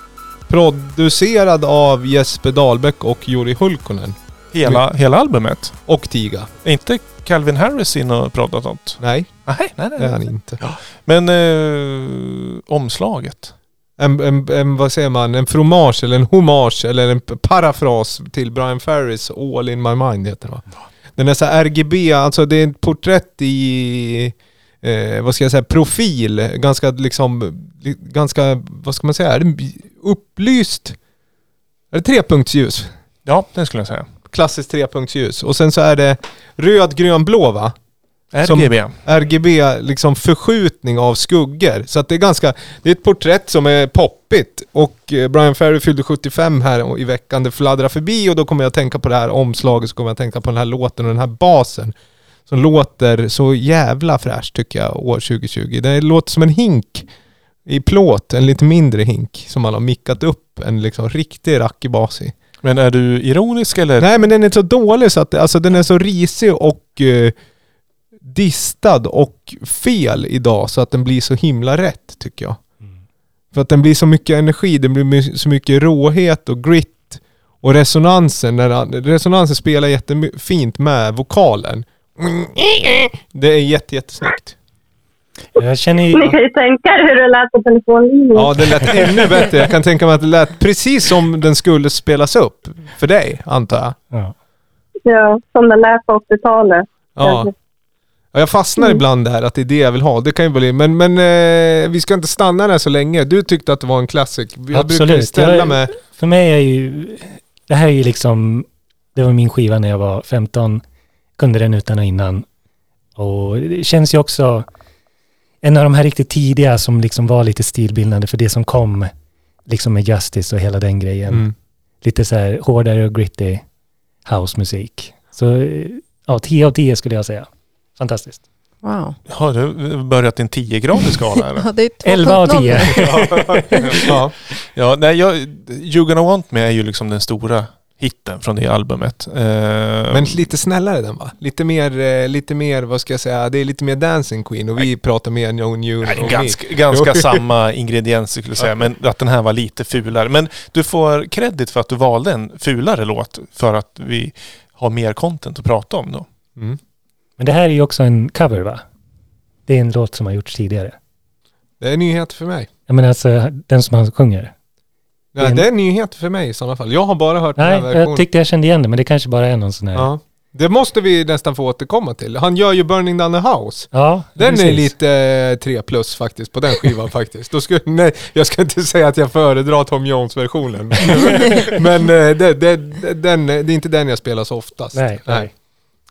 Producerad av Jesper Dahlbäck och Jori Hulkonen. Hela, hela albumet. Och Tiga. Är inte Calvin Harris in och proddat något? Nej, Nej, nej, det är han nej. inte. Men eh, omslaget. En, en, en, vad säger man? En fromage eller en hommage eller en parafras till Brian Ferris All in my mind heter det, va? Den är så här R G B, alltså det är ett porträtt i eh, vad ska jag säga, profil, ganska liksom ganska, vad ska man säga, är det upplyst, är det trepunktsljus? Ja, det skulle jag säga. Klassiskt trepunktsljus. Och sen så är det röd, grön, blå, va? R G B. R G B, liksom förskjutning av skuggor. Så att det är ganska, det är ett porträtt som är poppigt. Och Brian Ferry fyllde sjuttiofem här i veckan. Det fladdrar förbi och då kommer jag att tänka på det här omslaget, så kommer jag att tänka på den här låten och den här basen. Som låter så jävla fräscht tycker jag år tjugo tjugo. Det låter som en hink i plåt, en lite mindre hink som man har mickat upp en liksom riktig rackig bas i. Men är du ironisk eller? Nej, men den är så dålig så att alltså, den är så risig och eh, distad och fel idag så att den blir så himla rätt tycker jag. Mm. För att den blir så mycket energi, den blir så mycket råhet och grit och resonansen. När resonansen spelar jättefint med vokalen. Det är jätte, jättesnyggt. Jag känner ju... Ni kan ju tänka er hur det lät på telefonlinjen. Ja, det lät ännu bättre. Jag kan tänka mig att det lät precis som den skulle spelas upp för dig, antar jag. Ja, Ja, som den lät på åttiotalet. Ja. Ja, jag fastnar mm. ibland där att det är det jag vill ha. Det kan ju bli. Men, men eh, vi ska inte stanna där så länge. Du tyckte att det var en klassik. Jag absolut. Ställa jag, med... För mig är ju... Det här är ju liksom... Det var min skiva när jag var femton. Kunde den utan och innan. Och det känns ju också... En av de här riktigt tidiga som liksom var lite stilbildande för det som kom liksom med Justice och hela den grejen. Mm. Lite så här hårdare och gritty housemusik. Så ja, tio av tio skulle jag säga. Fantastiskt. Wow. Har du börjat en tio-gradig skala eller? Ja, det är elva av tio. ja. Ja, nej, jag, You Gonna Want Me är ju liksom den stora hitten från det albumet. Uh, Men lite snällare den, va? Lite mer, lite mer, vad ska jag säga, det är lite mer Dancing Queen och vi pratar mer No New nej, och ganska, ganska samma ingredienser skulle jag säga, men att den här var lite fulare. Men du får credit för att du valde en fulare låt för att vi har mer content att prata om då. Mm. Men det här är ju också en cover, va? Det är en låt som har gjorts tidigare. Det är en nyhet för mig. Jag menar alltså den som han sjunger. Ja, det är en nyhet för mig i sådana fall. Jag har bara hört Nej, den här versionen. jag tyckte jag kände igen det, men det kanske bara är någon sån här... Ja. Det måste vi nästan få återkomma till. Han gör ju Burning Down the House. Ja, den precis. är lite eh, tre plus faktiskt på den skivan faktiskt. Då skulle, nej, jag ska inte säga att jag föredrar Tom Jones-versionen. Men eh, det, det, den, det är inte den jag spelar så oftast. Nej, nej. nej.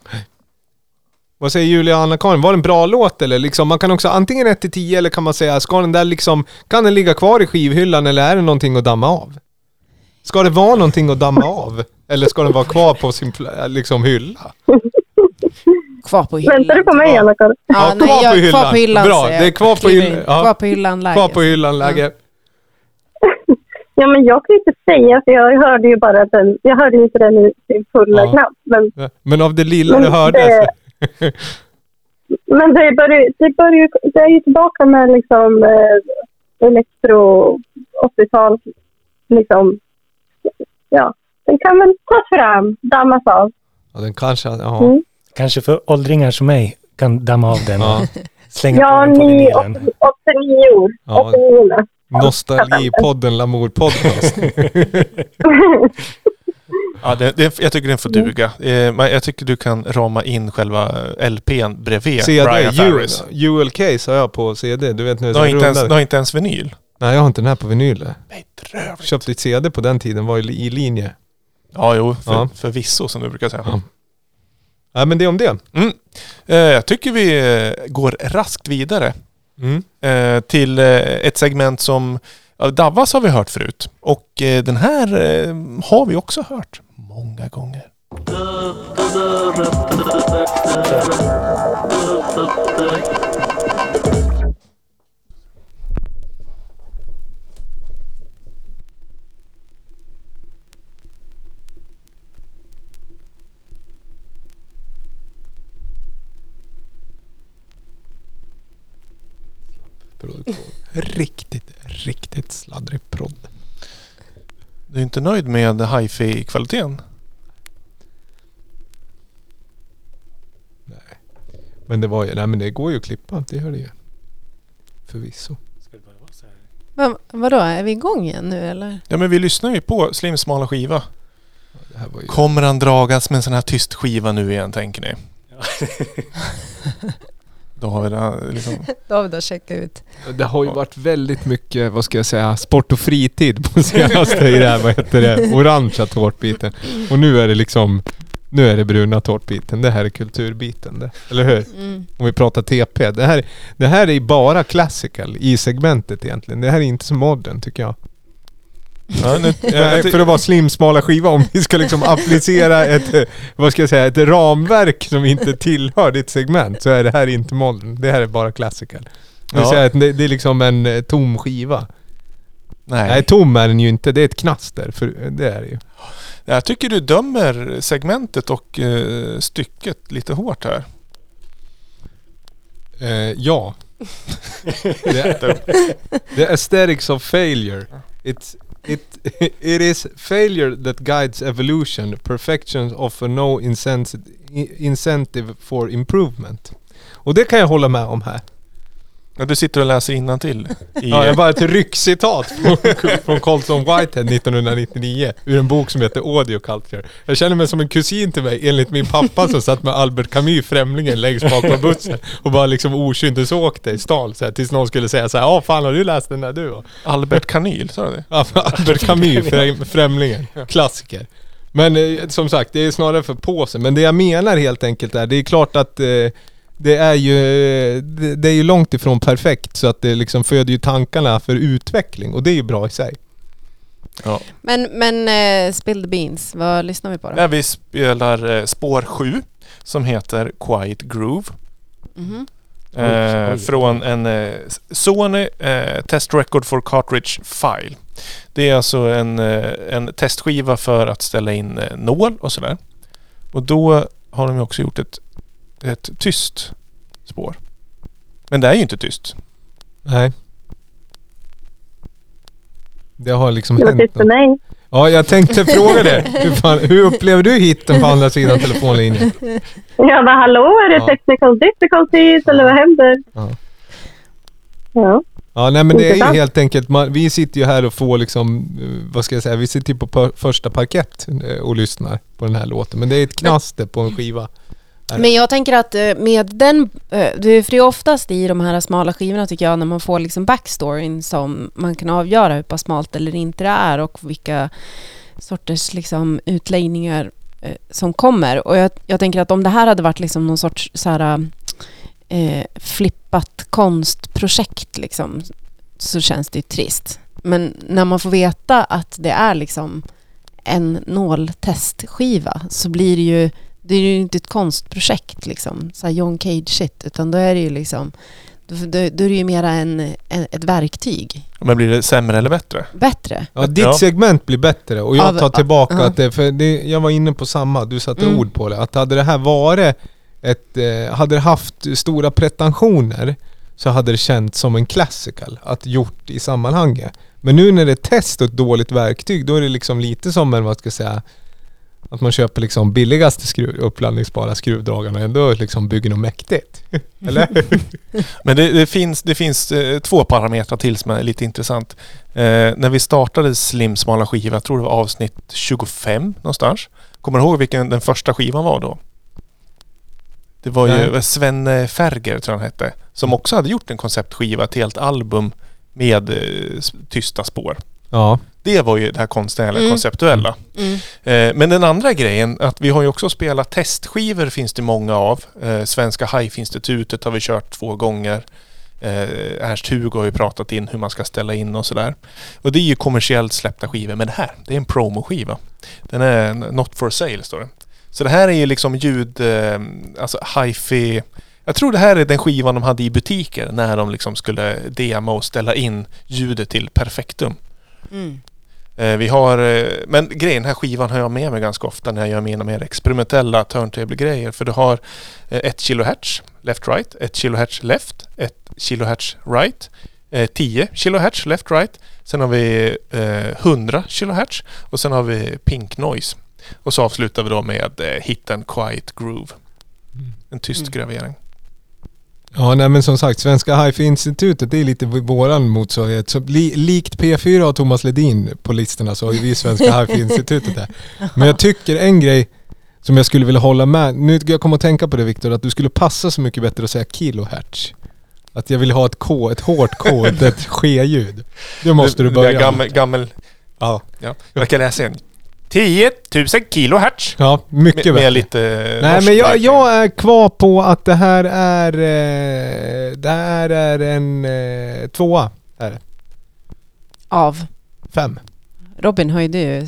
Vad säger Julia och Anna-Karin? Var det en bra låt eller liksom, man kan också antingen ett till tio eller kan man säga, ska den där liksom, kan den ligga kvar i skivhyllan eller är det någonting att damma av? Ska det vara någonting att damma av? Eller ska den vara kvar på sin liksom hylla? Kvar på hyllan. Väntar du på mig, Anna-Karin? Ja, Ja, nej, kvar, jag, på hyllan. kvar på hyllan. Bra, det är kvar på hyllan. Ja. Kvar på hyllan läge. Kvar på hyllan läge. Ja, men jag kan inte säga, för jag hörde ju bara den, jag hörde inte den i sin fulla Ja. knappt. Men, Men av det lilla men du hörde. det, men det börjar, det börjar det är ju tillbaka med liksom eh, elektro åttiotal liksom, ja, den kan väl tas fram, dammas av. Ja, den kanske, ja. Mm. Kanske för åldringar som mig kan damma av den Ja. och slänga Ja, på den på ni vinylen. åttionio år. Ja. åttionio. Nostalgipodden Lamour podcast. Ja, det, det, jag tycker den får duga. Eh, men jag tycker du kan rama in själva L P:n bredvid C D, Brian Ferries. U L Case har jag på C D. Du vet nu Du har, inte ens, du har inte ens vinyl? Nej, jag har inte den här på vinyl. Nej, drövligt. Köpte ett C D på den tiden, var ju i linje. Ja, jo, för, Ja. förvisso som du brukar säga. Ja. Nej, men det är om det. Mm. Eh, jag tycker vi eh, går raskt vidare Mm. eh, till eh, ett segment som ja, Davas har vi hört förut. Och eh, den här eh, har vi också hört många gånger. Riktigt, riktigt sladdrig prodd. Du är inte nöjd med hi-fi-kvaliteten? Men det var ju, nej men det går ju att klippa, det gör det ju. Förvisso. Men vadå, är vi igång igen nu eller? Ja, men vi lyssnar ju på Slims smala skiva. Det här var ju... Kommer han dragas med en sån här tyst skiva nu igen, tänker ni? Då har vi det liksom... Då har vi då checkat ut. Det har ju varit väldigt mycket, vad ska jag säga, sport och fritid på senaste i det här, vad heter det, orangea tårtbiten. Och nu är det liksom, nu är det bruna tårtbiten. Det här är kulturbiten, det. Eller hur? Mm. Om vi pratar T P. Det här, det här är bara classical i segmentet egentligen. Det här är inte så modern, tycker jag. Ja, nu, Nej, för att vara slim smala skiva, om vi ska liksom applicera ett, vad ska jag säga, ett ramverk som inte tillhör ditt segment, så är det här inte modern. Det här är bara classical. Det, Ja. säga att det, det är liksom en eh, tom skiva. nej. Nej, tom är den ju inte. Det är ett knaster, för det är det ju. Jag tycker du dömer segmentet och eh, stycket lite hårt här. Eh, ja. det, the aesthetics of failure. It's It, it is failure that guides evolution. Perfection offer no incentive, incentive for improvement. Och det kan jag hålla med om här. Ja, du sitter och läser innantill i... Ja, jag bara ett ryckcitat från, från Colson Whitehead nittonhundranittionio ur en bok som heter Audio Culture. Jag känner mig som en kusin till mig enligt min pappa som satt med Albert Camus, Främlingen, längst bak på bussen och bara liksom okyntes åkte i stan så här, tills någon skulle säga så här: ja, fan, har du läst den där du? Albert Kanyl, sa du det? Ja, Albert Camus, främ, Främlingen, klassiker. Men eh, som sagt, det är snarare för påsen. Men det jag menar helt enkelt är, det är klart att eh, det är ju det, det är ju långt ifrån perfekt, så att det liksom föder ju tankarna för utveckling, och det är ju bra i sig. Ja. Men, men eh, Spill the Beans, vad lyssnar vi på då? Där vi spelar eh, spår sju som heter Quiet Groove. Mhm. Eh, från en eh, Sony eh, Test Record for Cartridge File. Det är alltså en, eh, en testskiva för att ställa in eh, nål och sådär. Och då har de ju också gjort ett, ett tyst spår. Men det är ju inte tyst. Nej. Det har liksom Det var hänt tyst för något. mig. Ja, jag tänkte fråga det. Hur, fan, hur upplever du hitten på andra sidan telefonlinjen? Ja, men hallå, är det Ja. technical difficulties eller vad händer? Ja. Ja. Ja, nej, men det är ju Intressant. helt enkelt, man, vi sitter ju här och får liksom, eh, vad ska jag säga, vi sitter ju på per, första parkett eh, och lyssnar på den här låten. Men det är ett knaster på en skiva. Men jag tänker att eh, med den, eh, det är för det är oftast i de här smala skivorna tycker jag, när man får liksom backstoryn som man kan avgöra hur pass smalt eller inte det är och vilka sorters liksom utläggningar eh, som kommer. Och jag, jag tänker att om det här hade varit liksom någon sorts så här, eh, flippat konstprojekt liksom, så känns det ju trist. Men när man får veta att det är liksom en nåltestskiva så blir det ju, det är ju inte ett konstprojekt liksom, så här John Cage shit, utan då är det ju liksom, då, då, då är det ju mera en, en, ett verktyg. Men blir det sämre eller bättre? Bättre. Ja, ditt Ja. segment blir bättre, och jag Ja, tar tillbaka ja. att det, för det, jag var inne på samma, du satte Mm. ord på det, att hade det här varit ett, eh, hade det haft stora pretensioner, så hade det känts som en classical att gjort i sammanhanget. Men nu när det är test och ett dåligt verktyg, då är det liksom lite som en, vad ska jag säga, att man köper liksom billigaste skruv, upplandningsbara skruvdragarna och ändå liksom bygger något mäktigt. Eller? Men det, det finns, det finns eh, två parametrar till som är lite intressant. Eh, när vi startade Slim smala skiva, jag tror det var avsnitt tjugofem någonstans. Kommer du ihåg vilken den första skivan var då? Det var Nej. ju Sven Ferger, tror jag han hette, som också hade gjort en konceptskiva, ett helt album med eh, tysta spår. Ja. Det var ju det här konstnärliga, mm. konceptuella. Mm. Eh, men den andra grejen, att vi har ju också spelat testskivor, finns det många av. Eh, Svenska Hive-institutet har vi kört två gånger. Eh, Ernst Hugo har ju pratat in hur man ska ställa in och sådär. Och det är ju kommersiellt släppta skivor, men det här, det är en promoskiva. Den är not for sale, står det. Så det här är ju liksom ljud, eh, alltså hi-fi. Jag tror det här är den skivan de hade i butiker när de liksom skulle demo och ställa in ljudet till perfektum. Mm. Eh, vi har, eh, men grejen, den här skivan har jag med mig ganska ofta när jag gör mina mer experimentella turntable-grejer. För du har eh, ett kilohertz left-right, ett kilohertz left, ett kilohertz right, eh, tio kilohertz left-right. Sen har vi eh, hundra kilohertz och sen har vi pink noise. Och så avslutar vi då med eh, hit and quiet groove. Mm. En tyst mm. gravering. Ja, nej, men som sagt, Svenska Hive-institutet, det är lite våran motsvarighet. Så li, likt P fyra och Thomas Ledin på listorna, så har ju vi Svenska Hive-institutet där. Men jag tycker en grej som jag skulle vilja hålla med, nu jag kommer att tänka på det, Viktor, att du skulle passa så mycket bättre att säga kilohertz. Att jag vill ha ett K, ett hårt K, ett ske-ljud. Det måste du börja. Gammel, gammel. Ja. Ja. Jag kan läsa en. tio tusen kilohertz. Ja, mycket med, med lite. Nej, men jag, jag är kvar på att det här är eh, det här är en eh, tvåa. Är det. Av? Fem. Robin höjde ju.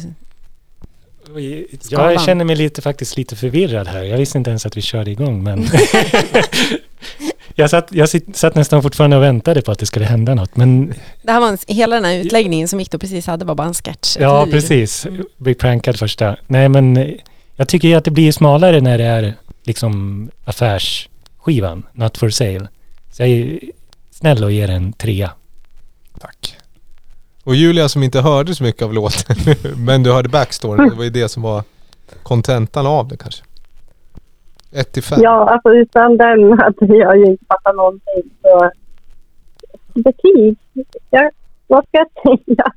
Jag, jag känner mig lite, faktiskt lite förvirrad här. Jag visste inte ens att vi körde igång, men jag, satt, jag satt nästan fortfarande och väntade på att det skulle hända något. Men det här var en, hela den här utläggningen som Victor precis hade var bara en sketch. Ja, precis. Bli prankad första. Nej, men jag tycker ju att det blir smalare när det är liksom affärsskivan, not for sale. Så jag är snäll och ger en trea. Tack. Och Julia som inte hörde så mycket av låten, men du hörde backstory, det var ju det som var kontentan av det kanske. ett till fem. Ja, alltså utan den hade jag ju inte fattat någonting. Så betyg, ja, vad ska jag säga?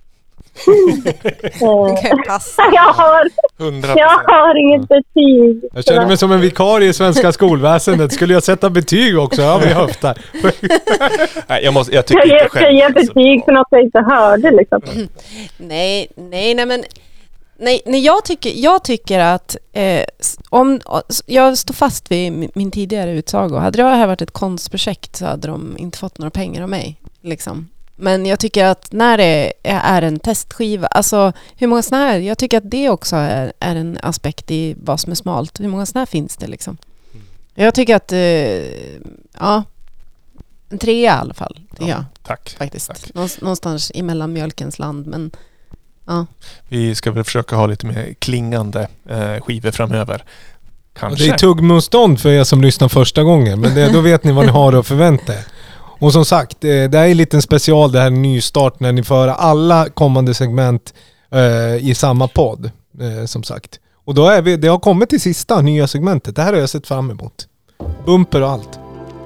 Okay, pass. jag, har, jag har inget betyg. Jag känner mig som en vikarie i svenska skolväsendet. Skulle jag sätta betyg också? Ja, vi höftar. Nej, jag, måste, jag tycker jag inte jag själv. Jag ger betyg för något jag inte hörde. Liksom. Mm. Nej, nej, nej, men nej, nej, jag, tycker, jag tycker att eh, om, jag står fast vid min, min tidigare utsago. Hade det här varit ett konstprojekt så hade de inte fått några pengar av mig. Liksom. Men jag tycker att när det är en testskiva, alltså hur många såna här, jag tycker att det också är, är en aspekt i vad som är smalt. Hur många såna här finns det liksom? Mm. Jag tycker att, eh, ja, en trea i alla fall. Ja, ja, tack. Faktiskt. Tack. Någonstans emellan mjölkens land, men ja. Vi ska väl försöka ha lite mer klingande eh, skivor framöver. Kanske. Det är tuggmotstånd för er som lyssnar första gången, men det, då vet ni vad ni har att förvänta er. Och som sagt, det är en liten special, det här nystart när ni för alla kommande segment eh, i samma podd, eh, som sagt. Och då är vi, det har kommit till sista nya segmentet. Det här har jag sett fram emot. Bumper och allt.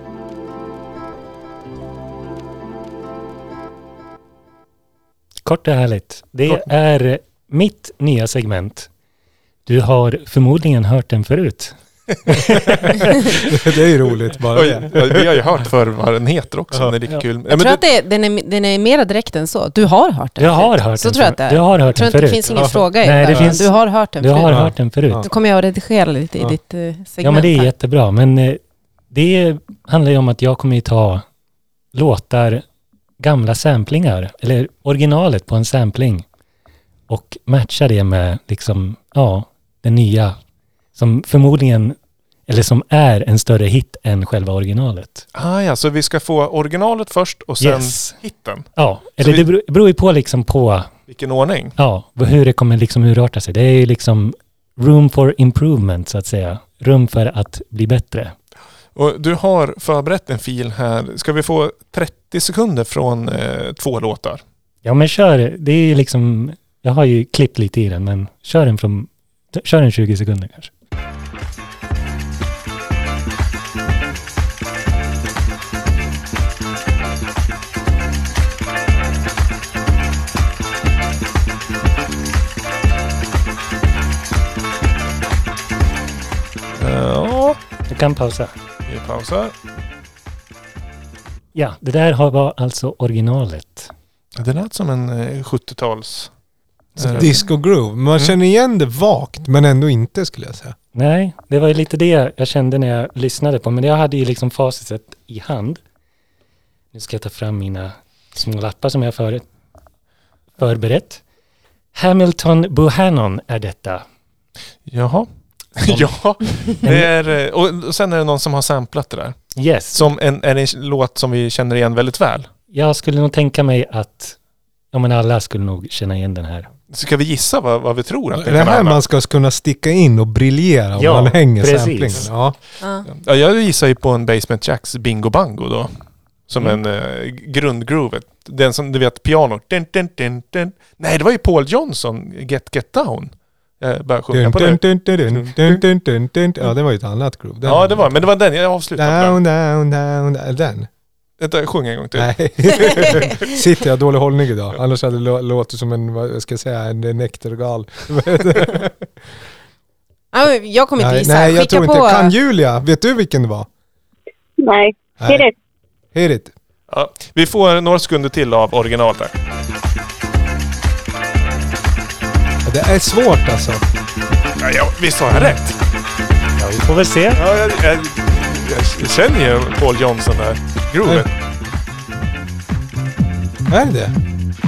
Kort och härligt. Det Kort. är mitt nya segment. Du har förmodligen hört den förut. Det är ju roligt bara. Oj, vi har ju hört för vad den heter också. Ja. Det är kul. Jag tror att det är, den, är, den är mer direkt än så. Du har hört den. Jag har hört så den. tror jag att det är. Du har hört jag tror den inte förut. Det finns ingen ja. fråga i Nej, det. Finns, du har hört den du förut. Du har hört den förut. Nu kommer jag att redigera lite ja. i ditt uh, segment. Ja, men det är jättebra. Men uh, det handlar ju om att jag kommer att ta låtar, gamla samplingar, eller originalet på en sampling och matcha det med liksom, ja, den nya som förmodligen, eller som är en större hit än själva originalet. Ah, ja, så vi ska få originalet först och sen yes. hitten? Ja, eller vi, det beror ju på liksom på vilken ordning? Ja, hur det kommer liksom urarta sig. Det är ju liksom room for improvement så att säga. Rum för att bli bättre. Och du har förberett en fil här. Ska vi få trettio sekunder från eh, två låtar? Ja, men kör. Det är liksom... Jag har ju klippt lite i den, men kör den från... Kör den tjugo sekunder kanske. Ja. Du kan pausa. Vi pausar. Ja, det där har var alltså originalet. Det lät som en eh, sjuttio-tals... Så disco groove. Man Mm. känner igen det vagt, men ändå inte skulle jag säga. Nej, det var ju lite det jag kände när jag lyssnade på. Men jag hade ju liksom facitet i hand. Nu ska jag ta fram mina små lappar som jag för, förberett. Hamilton Buchanan är detta. Jaha. Ja, det är, och sen är det någon som har samplat det där. Yes. Som en, är en låt som vi känner igen väldigt väl. Jag skulle nog tänka mig att ja, men alla skulle nog känna igen den här. Ska vi gissa vad, vad vi tror att det, Det kan här handla? man ska kunna sticka in och briljera om Ja, man hänger precis. samplingen. Ja. Ja. Ja, jag gissar ju på en Basement Jacks Bingo Bango då. Som Mm. en uh, grundgroove. Den som, du vet, piano. Dun, dun, dun, dun. Nej, det var ju Paul Johnson, Get Get Down. Jag började sjunga Dun, på dun, det. dun, dun, dun, dun, dun, dun. Ja, det var ju ett annat groove. Den. Ja, det var, men det var den jag avslutade Down, med. down, down, down. Den? Vänta, sjung en gång till. Nej. Sitter jag dålig hållning idag? Annars hade det lå- låtit som en, vad ska jag säga, en nektargal. Ja, jag kommer inte nej, gissa. nej, jag Skicka tror på. inte. Kan Julia? Vet du vilken det var? Nej, Nej. hit it. Hit it. Ja, vi får några sekunder till av originalet här. Ja, det är svårt alltså. Ja, ja, visst har jag rätt? Ja, vi får väl se. Ja, jag, jag, jag känner ju Paul Johnson där. Groovet. Är det det?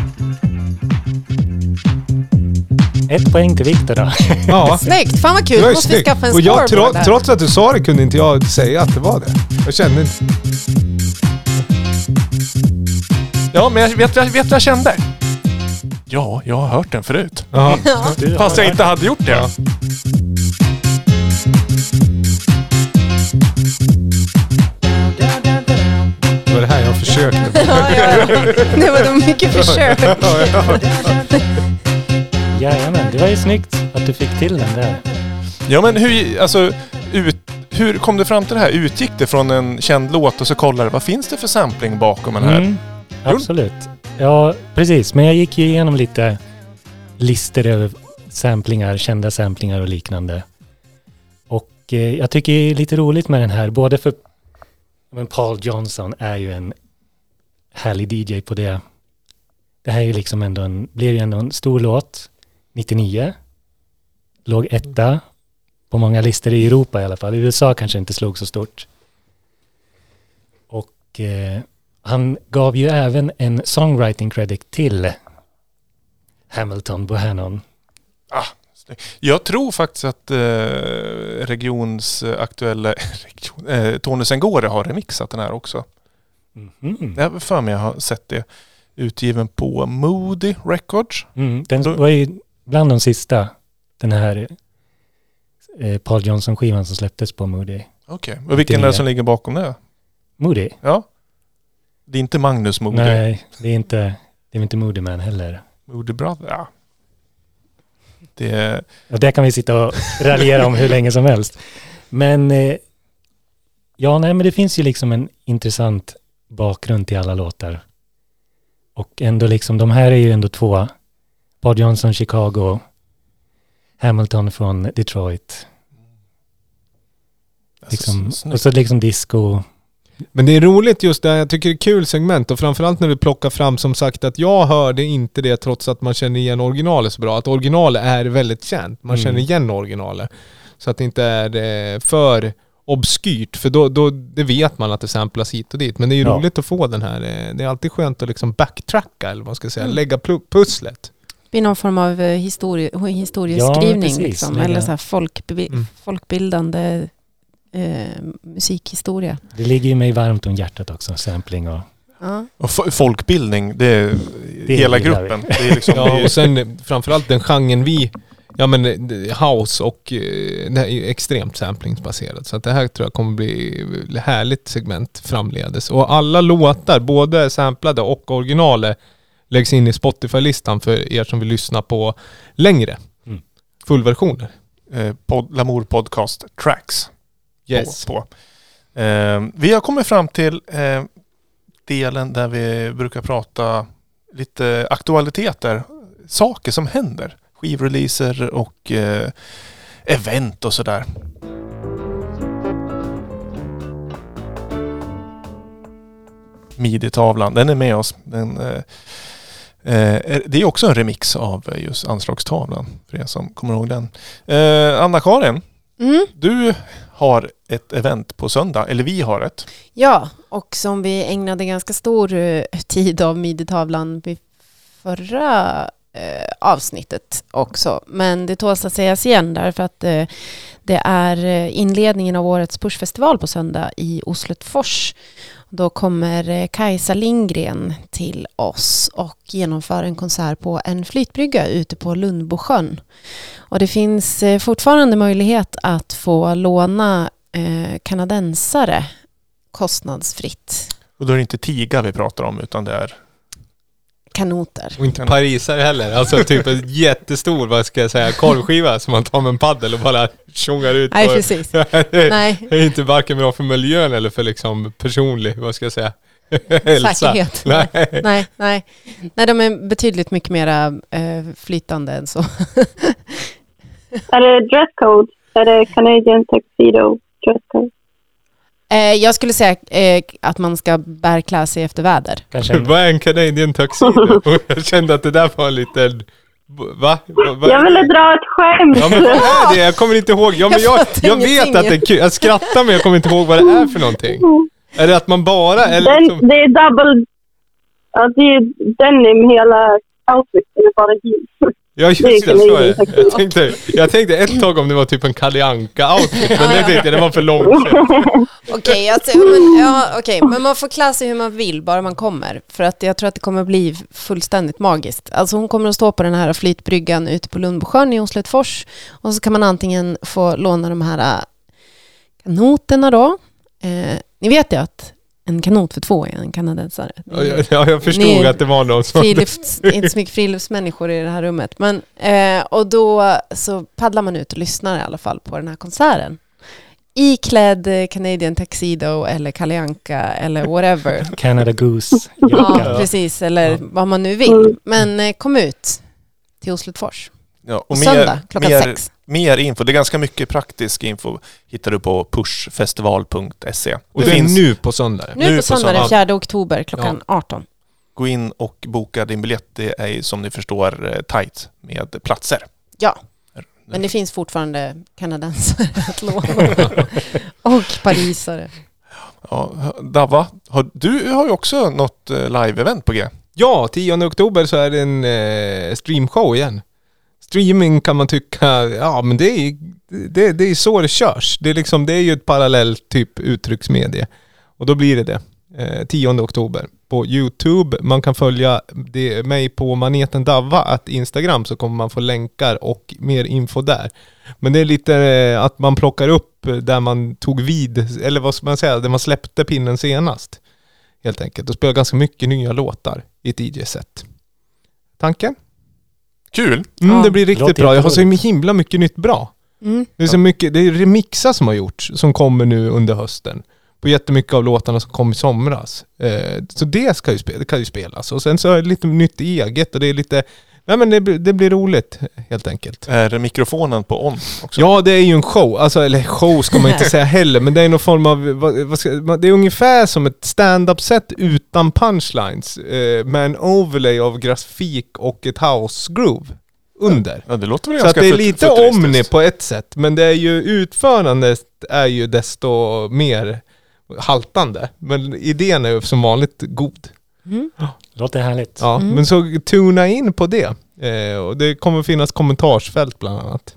Ett poäng till Victor då. Ja. Snyggt, fan vad kul. Det var ju Måste vi snyggt. skaffa en Och jag, scoreboard tro, där. trots att du sa det kunde inte jag säga att det var det. Jag kände inte. Ja, men jag vet, jag vet vad jag kände. Ja, jag har hört den förut. Ja. Fast jag inte hade gjort det. Ja. Det var det här jag försökte. Ja, ja, ja. Det var de mycket försök. Jajamän, det var ju snyggt att du fick till den där. Ja, men hur, alltså, ut, hur kom du fram till det här? Utgick det från en känd låt och så kollade vad finns det för sampling bakom den här? Mm, absolut. Ja, precis. Men jag gick ju igenom lite listor över samplingar, kända samplingar och liknande. Och eh, jag tycker det är lite roligt med den här, både för men Paul Johnson är ju en härlig D J på det. Det här är ju liksom ändå en, blir ju ändå en stor låt, nittionio. Låg etta på många listor i Europa i alla fall. I U S A kanske inte slog så stort. Och eh, han gav ju även en songwriting credit till Hamilton Buchanan. Ah, snyggt. Jag tror faktiskt att eh, regionsaktuella region, eh, Tony Sengore har remixat den här också. Mhm. Jag har för mig jag har sett det utgiven på Moody Records. Mm, den Då- var ju bland de sista, den här eh, Paul Johnson-skivan som släpptes på Moody. Okej. Och vilken är det som ligger bakom det? Moody? Ja. Det är inte Magnus Moody. Nej, det är inte, det är inte Moody Man heller. Moody Brother. Ja. Det är... Och det kan vi sitta och raljera om hur länge som helst. Men eh, ja, nej, men det finns ju liksom en intressant bakgrund till alla låtar. Och ändå liksom, de här är ju ändå två. Paul Johnson, Chicago. Hamilton från Detroit. Liksom, Alltså, och så liksom disco. Men det är roligt just det, jag tycker det är kul segment och framförallt när vi plockar fram som sagt att jag hörde inte det trots att man känner igen originalet så bra. Att originalet är väldigt känt, man Mm. känner igen originalet. Så att det inte är eh, för obskyrt, för då, då det vet man att det samplas hit och dit. Men det är ju Ja. roligt att få den här, eh, det är alltid skönt att liksom backtracka eller vad man ska säga, Mm. lägga pl- pusslet. Det blir någon form av eh, historie, historieskrivning. precis. liksom, Lägga- eller så här folkbi- Mm. folkbildande eh, musikhistoria. Det ligger ju mig varmt om hjärtat också, sampling och... Ja. Och f- folkbildning, det är Det hela gillar gruppen. Det är liksom, det Ja, är, och sen eh, framförallt den genren vi Ja, men house och det här är extremt samplingsbaserat. Så att det här tror jag kommer bli härligt segment framledes. Och alla låtar, både samplade och originaler, läggs in i Spotify-listan för er som vill lyssna på längre mm. fullversioner. Eh, pod, Lamour Podcast Tracks. Yes. På, på. Eh, vi har kommit fram till eh, delen där vi brukar prata lite aktualiteter. Saker som händer. Skivreleaser och eh, event och sådär. Midi-tavlan, den är med oss. Den, eh, eh, det är också en remix av just Anslagstavlan, för er som kommer ihåg den. Eh, Anna-Karin, mm. du har ett event på söndag, eller vi har ett. Ja, och som vi ägnade ganska stor uh, tid av Midi-tavlan vid förra uh, avsnittet också. Men det tåls att sägas igen därför att uh, det är inledningen av årets Pushfestival på söndag i Oslotfors. Då kommer Kajsa Lindgren till oss och genomför en konsert på en flytbrygga ute på Lundbosjön. Och det finns fortfarande möjlighet att få låna eh, kanadensare kostnadsfritt. Och då är det inte tiga vi pratar om, utan det är kanoter. Och inte parisare heller. Alltså typ en jättestor, vad ska jag säga, korvskiva som man tar med en paddel och bara tjongar ut. Nej, precis. Nej. Det är inte varken bra för miljön eller för liksom personlig, vad ska jag säga, hälsa. Säkerhet. Nej. nej, nej. Nej, de är betydligt mycket mer äh, flytande än så. Är det dresscode? Är det Canadian tuxedo dresscode? Eh, jag skulle säga eh, att man ska bärklä sig efter väder. Kanske. Vad är en Canadian tuxedo? Jag kände att det där var en liten... Va? Va? Jag ville dra ett skämt. Ja, men vad är det? Jag kommer inte ihåg. Ja, men jag, jag vet att det är kul. Jag skrattar, men jag kommer inte ihåg vad det är för någonting. Är det att man bara... Eller den, liksom... Det är double... Ja, det är denim hela outfiten är bara jeans. Ja, just det, så är det. Jag tänkte, jag tänkte ett tag om det var typ en Kalle Anka-outfit, men det tänkte jag, det var för långt. Okej, okay, alltså, men, ja, okay, men man får klä sig hur man vill, bara man kommer. För att jag tror att det kommer bli fullständigt magiskt. Alltså hon kommer att stå på den här flytbryggan ute på Lundbosjön i Oslotfors. Och så kan man antingen få låna de här kanoterna då. Eh, ni vet ju att en kanot för två är en kanadensare. Ja, ja, jag förstod ni, att det var någon som... Frilufts, inte så mycket friluftsmänniskor i det här rummet. Men, eh, och då så paddlar man ut och lyssnar i alla fall på den här konserten. Iklädd Canadian tuxedo eller Kalle Anka eller whatever. Canada Goose. Ja, precis. Eller ja. Vad man nu vill. Men eh, kom ut till Oslotfors. Ja, och söndag mer, klockan mer, sex. Mer info. Det är ganska mycket praktisk info hittar du på pushfestival punkt se. Och det finns nu på söndag. Nu, nu på söndag den fjärde oktober klockan ja. arton. Gå in och boka din biljett. Det är som ni förstår tajt med platser. Ja, men det finns fortfarande kanadensare att låna. Och parisare. Ja, Dava, har, du har ju också något live-event på G. Ja, tionde oktober så är det en eh, streamshow igen. Streaming kan man tycka, ja men det är, det, det är så det körs. Det är, liksom, det är ju ett parallellt typ uttrycksmedie. Och då blir det det. Eh, tionde oktober på YouTube. Man kan följa det, mig på Maneten Dava att Instagram, så kommer man få länkar och mer info där. Men det är lite eh, att man plockar upp där man tog vid, eller vad ska man säga, där man släppte pinnen senast. Helt enkelt. Och spelar ganska mycket nya låtar i ett D J-set. Tanken? Kul. Mm, ja. Det blir riktigt bra. Jag har så himla mycket nytt bra. Mm. Det är så mycket, det är remixar som har gjorts som kommer nu under hösten. På jättemycket av låtarna som kom i somras. Eh, så det ska ju spela, det kan ju spelas. Och sen så är det lite nytt eget och det är lite, nej men det, det blir roligt helt enkelt. Är mikrofonen på on också? Ja, det är ju en show. Alltså, eller show ska man inte säga heller, men det är någon form av, vad, vad ska, det är ungefär som ett stand-up set utan punchlines eh, med en overlay av grafik och ett house groove under. Ja, det låter väl så ganska att det är lite omni på ett sätt, men det är ju utförandet är ju desto mer haltande, men idén är ju som vanligt god. Mm. Låter härligt. Ja, mm. Men så tuna in på det. Eh, och det kommer finnas kommentarsfält bland annat.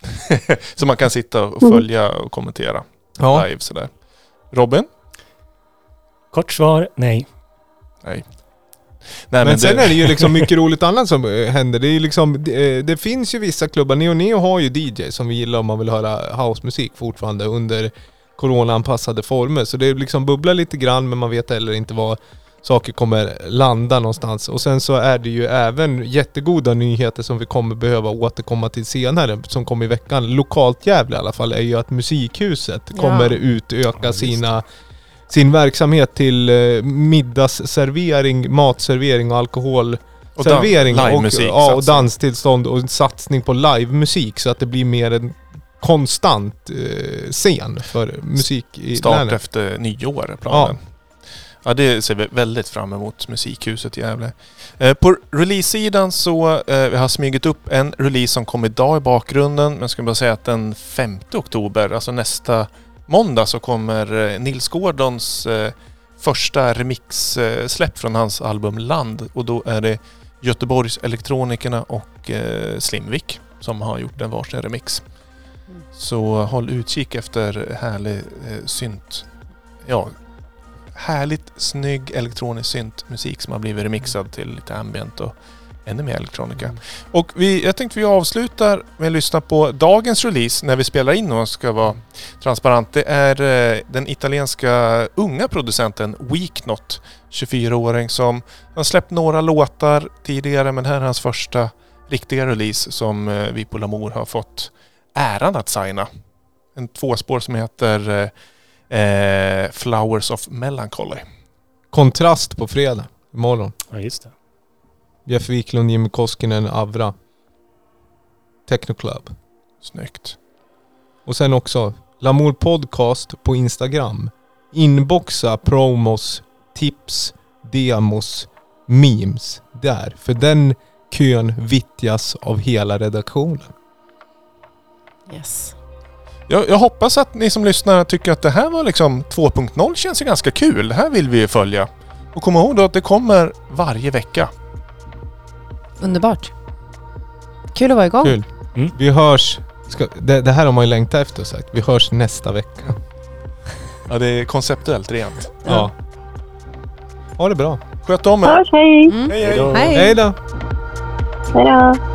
Så man kan sitta och följa och kommentera ja. live sådär. Robin? Kort svar, nej. Nej. Nej, men, men sen det... är det ju liksom mycket roligt annat som händer. Det är ju liksom, det, det finns ju vissa klubbar. Neo Neo har ju D J som vi gillar om man vill höra housemusik fortfarande under coronaanpassade former. Så det liksom bubblar lite grann, men man vet heller inte vad saker kommer landa någonstans. Och sen så är det ju även jättegoda nyheter som vi kommer behöva återkomma till senare, som kommer i veckan. Lokalt Gävle i alla fall är ju att Musikhuset ja. kommer utöka ja, sina, sin verksamhet till eh, middagsservering, matservering och alkoholservering. Och, och, ja, och danstillstånd och en satsning på livemusik, så att det blir mer en konstant eh, scen för musik i start länet. Efter nyår är planen. Ja. Ja, det ser vi väldigt fram emot, Musikhuset i Gävle. Eh, på release-sidan så eh, vi har smugit upp en release som kom idag i bakgrunden. Men jag ska bara säga att den femte oktober, alltså nästa måndag, så kommer eh, Nils Gordons eh, första remix-släpp eh, från hans album Land. Och då är det Göteborgs Elektronikerna och eh, Slimvik som har gjort en varsin remix. Mm. Så håll utkik efter härlig eh, synt. Ja, härligt snygg elektronisk syntmusik som har blivit remixad till lite ambient och ännu mer elektronika. Mm. Och vi, jag tänkte vi avslutar med att lyssna på dagens release när vi spelar in och ska vara transparent. Det är eh, den italienska unga producenten Weeknot, tjugofyraåring, som har släppt några låtar tidigare, men här är hans första riktiga release som eh, vi på Lamour har fått äran att signa. En tvåspår som heter eh, Eh, Flowers of Melancholy. Kontrast på fredag imorgon. Ja, just det. Jeff Wiklund, Jimmy Koskinen, Avra. Techno Club. Snyggt. Och sen också Lamour Podcast på Instagram. Inboxa promos, tips, demos, memes där. För den kön vittjas av hela redaktionen. Yes. Jag, jag hoppas att ni som lyssnar tycker att det här var liksom två punkt noll, känns ju ganska kul. Det här vill vi följa. Och kom ihåg då att det kommer varje vecka. Underbart. Kul att vara igång. Kul. Mm. Vi hörs. Ska, det, det här har man ju längtat efter sagt. Vi hörs nästa vecka. Ja, det är konceptuellt rent. Ja. ja. Ha det bra. Sköt om er. Hörs, hej. Mm. Hej, hej. Hej. Hej då. Hej då.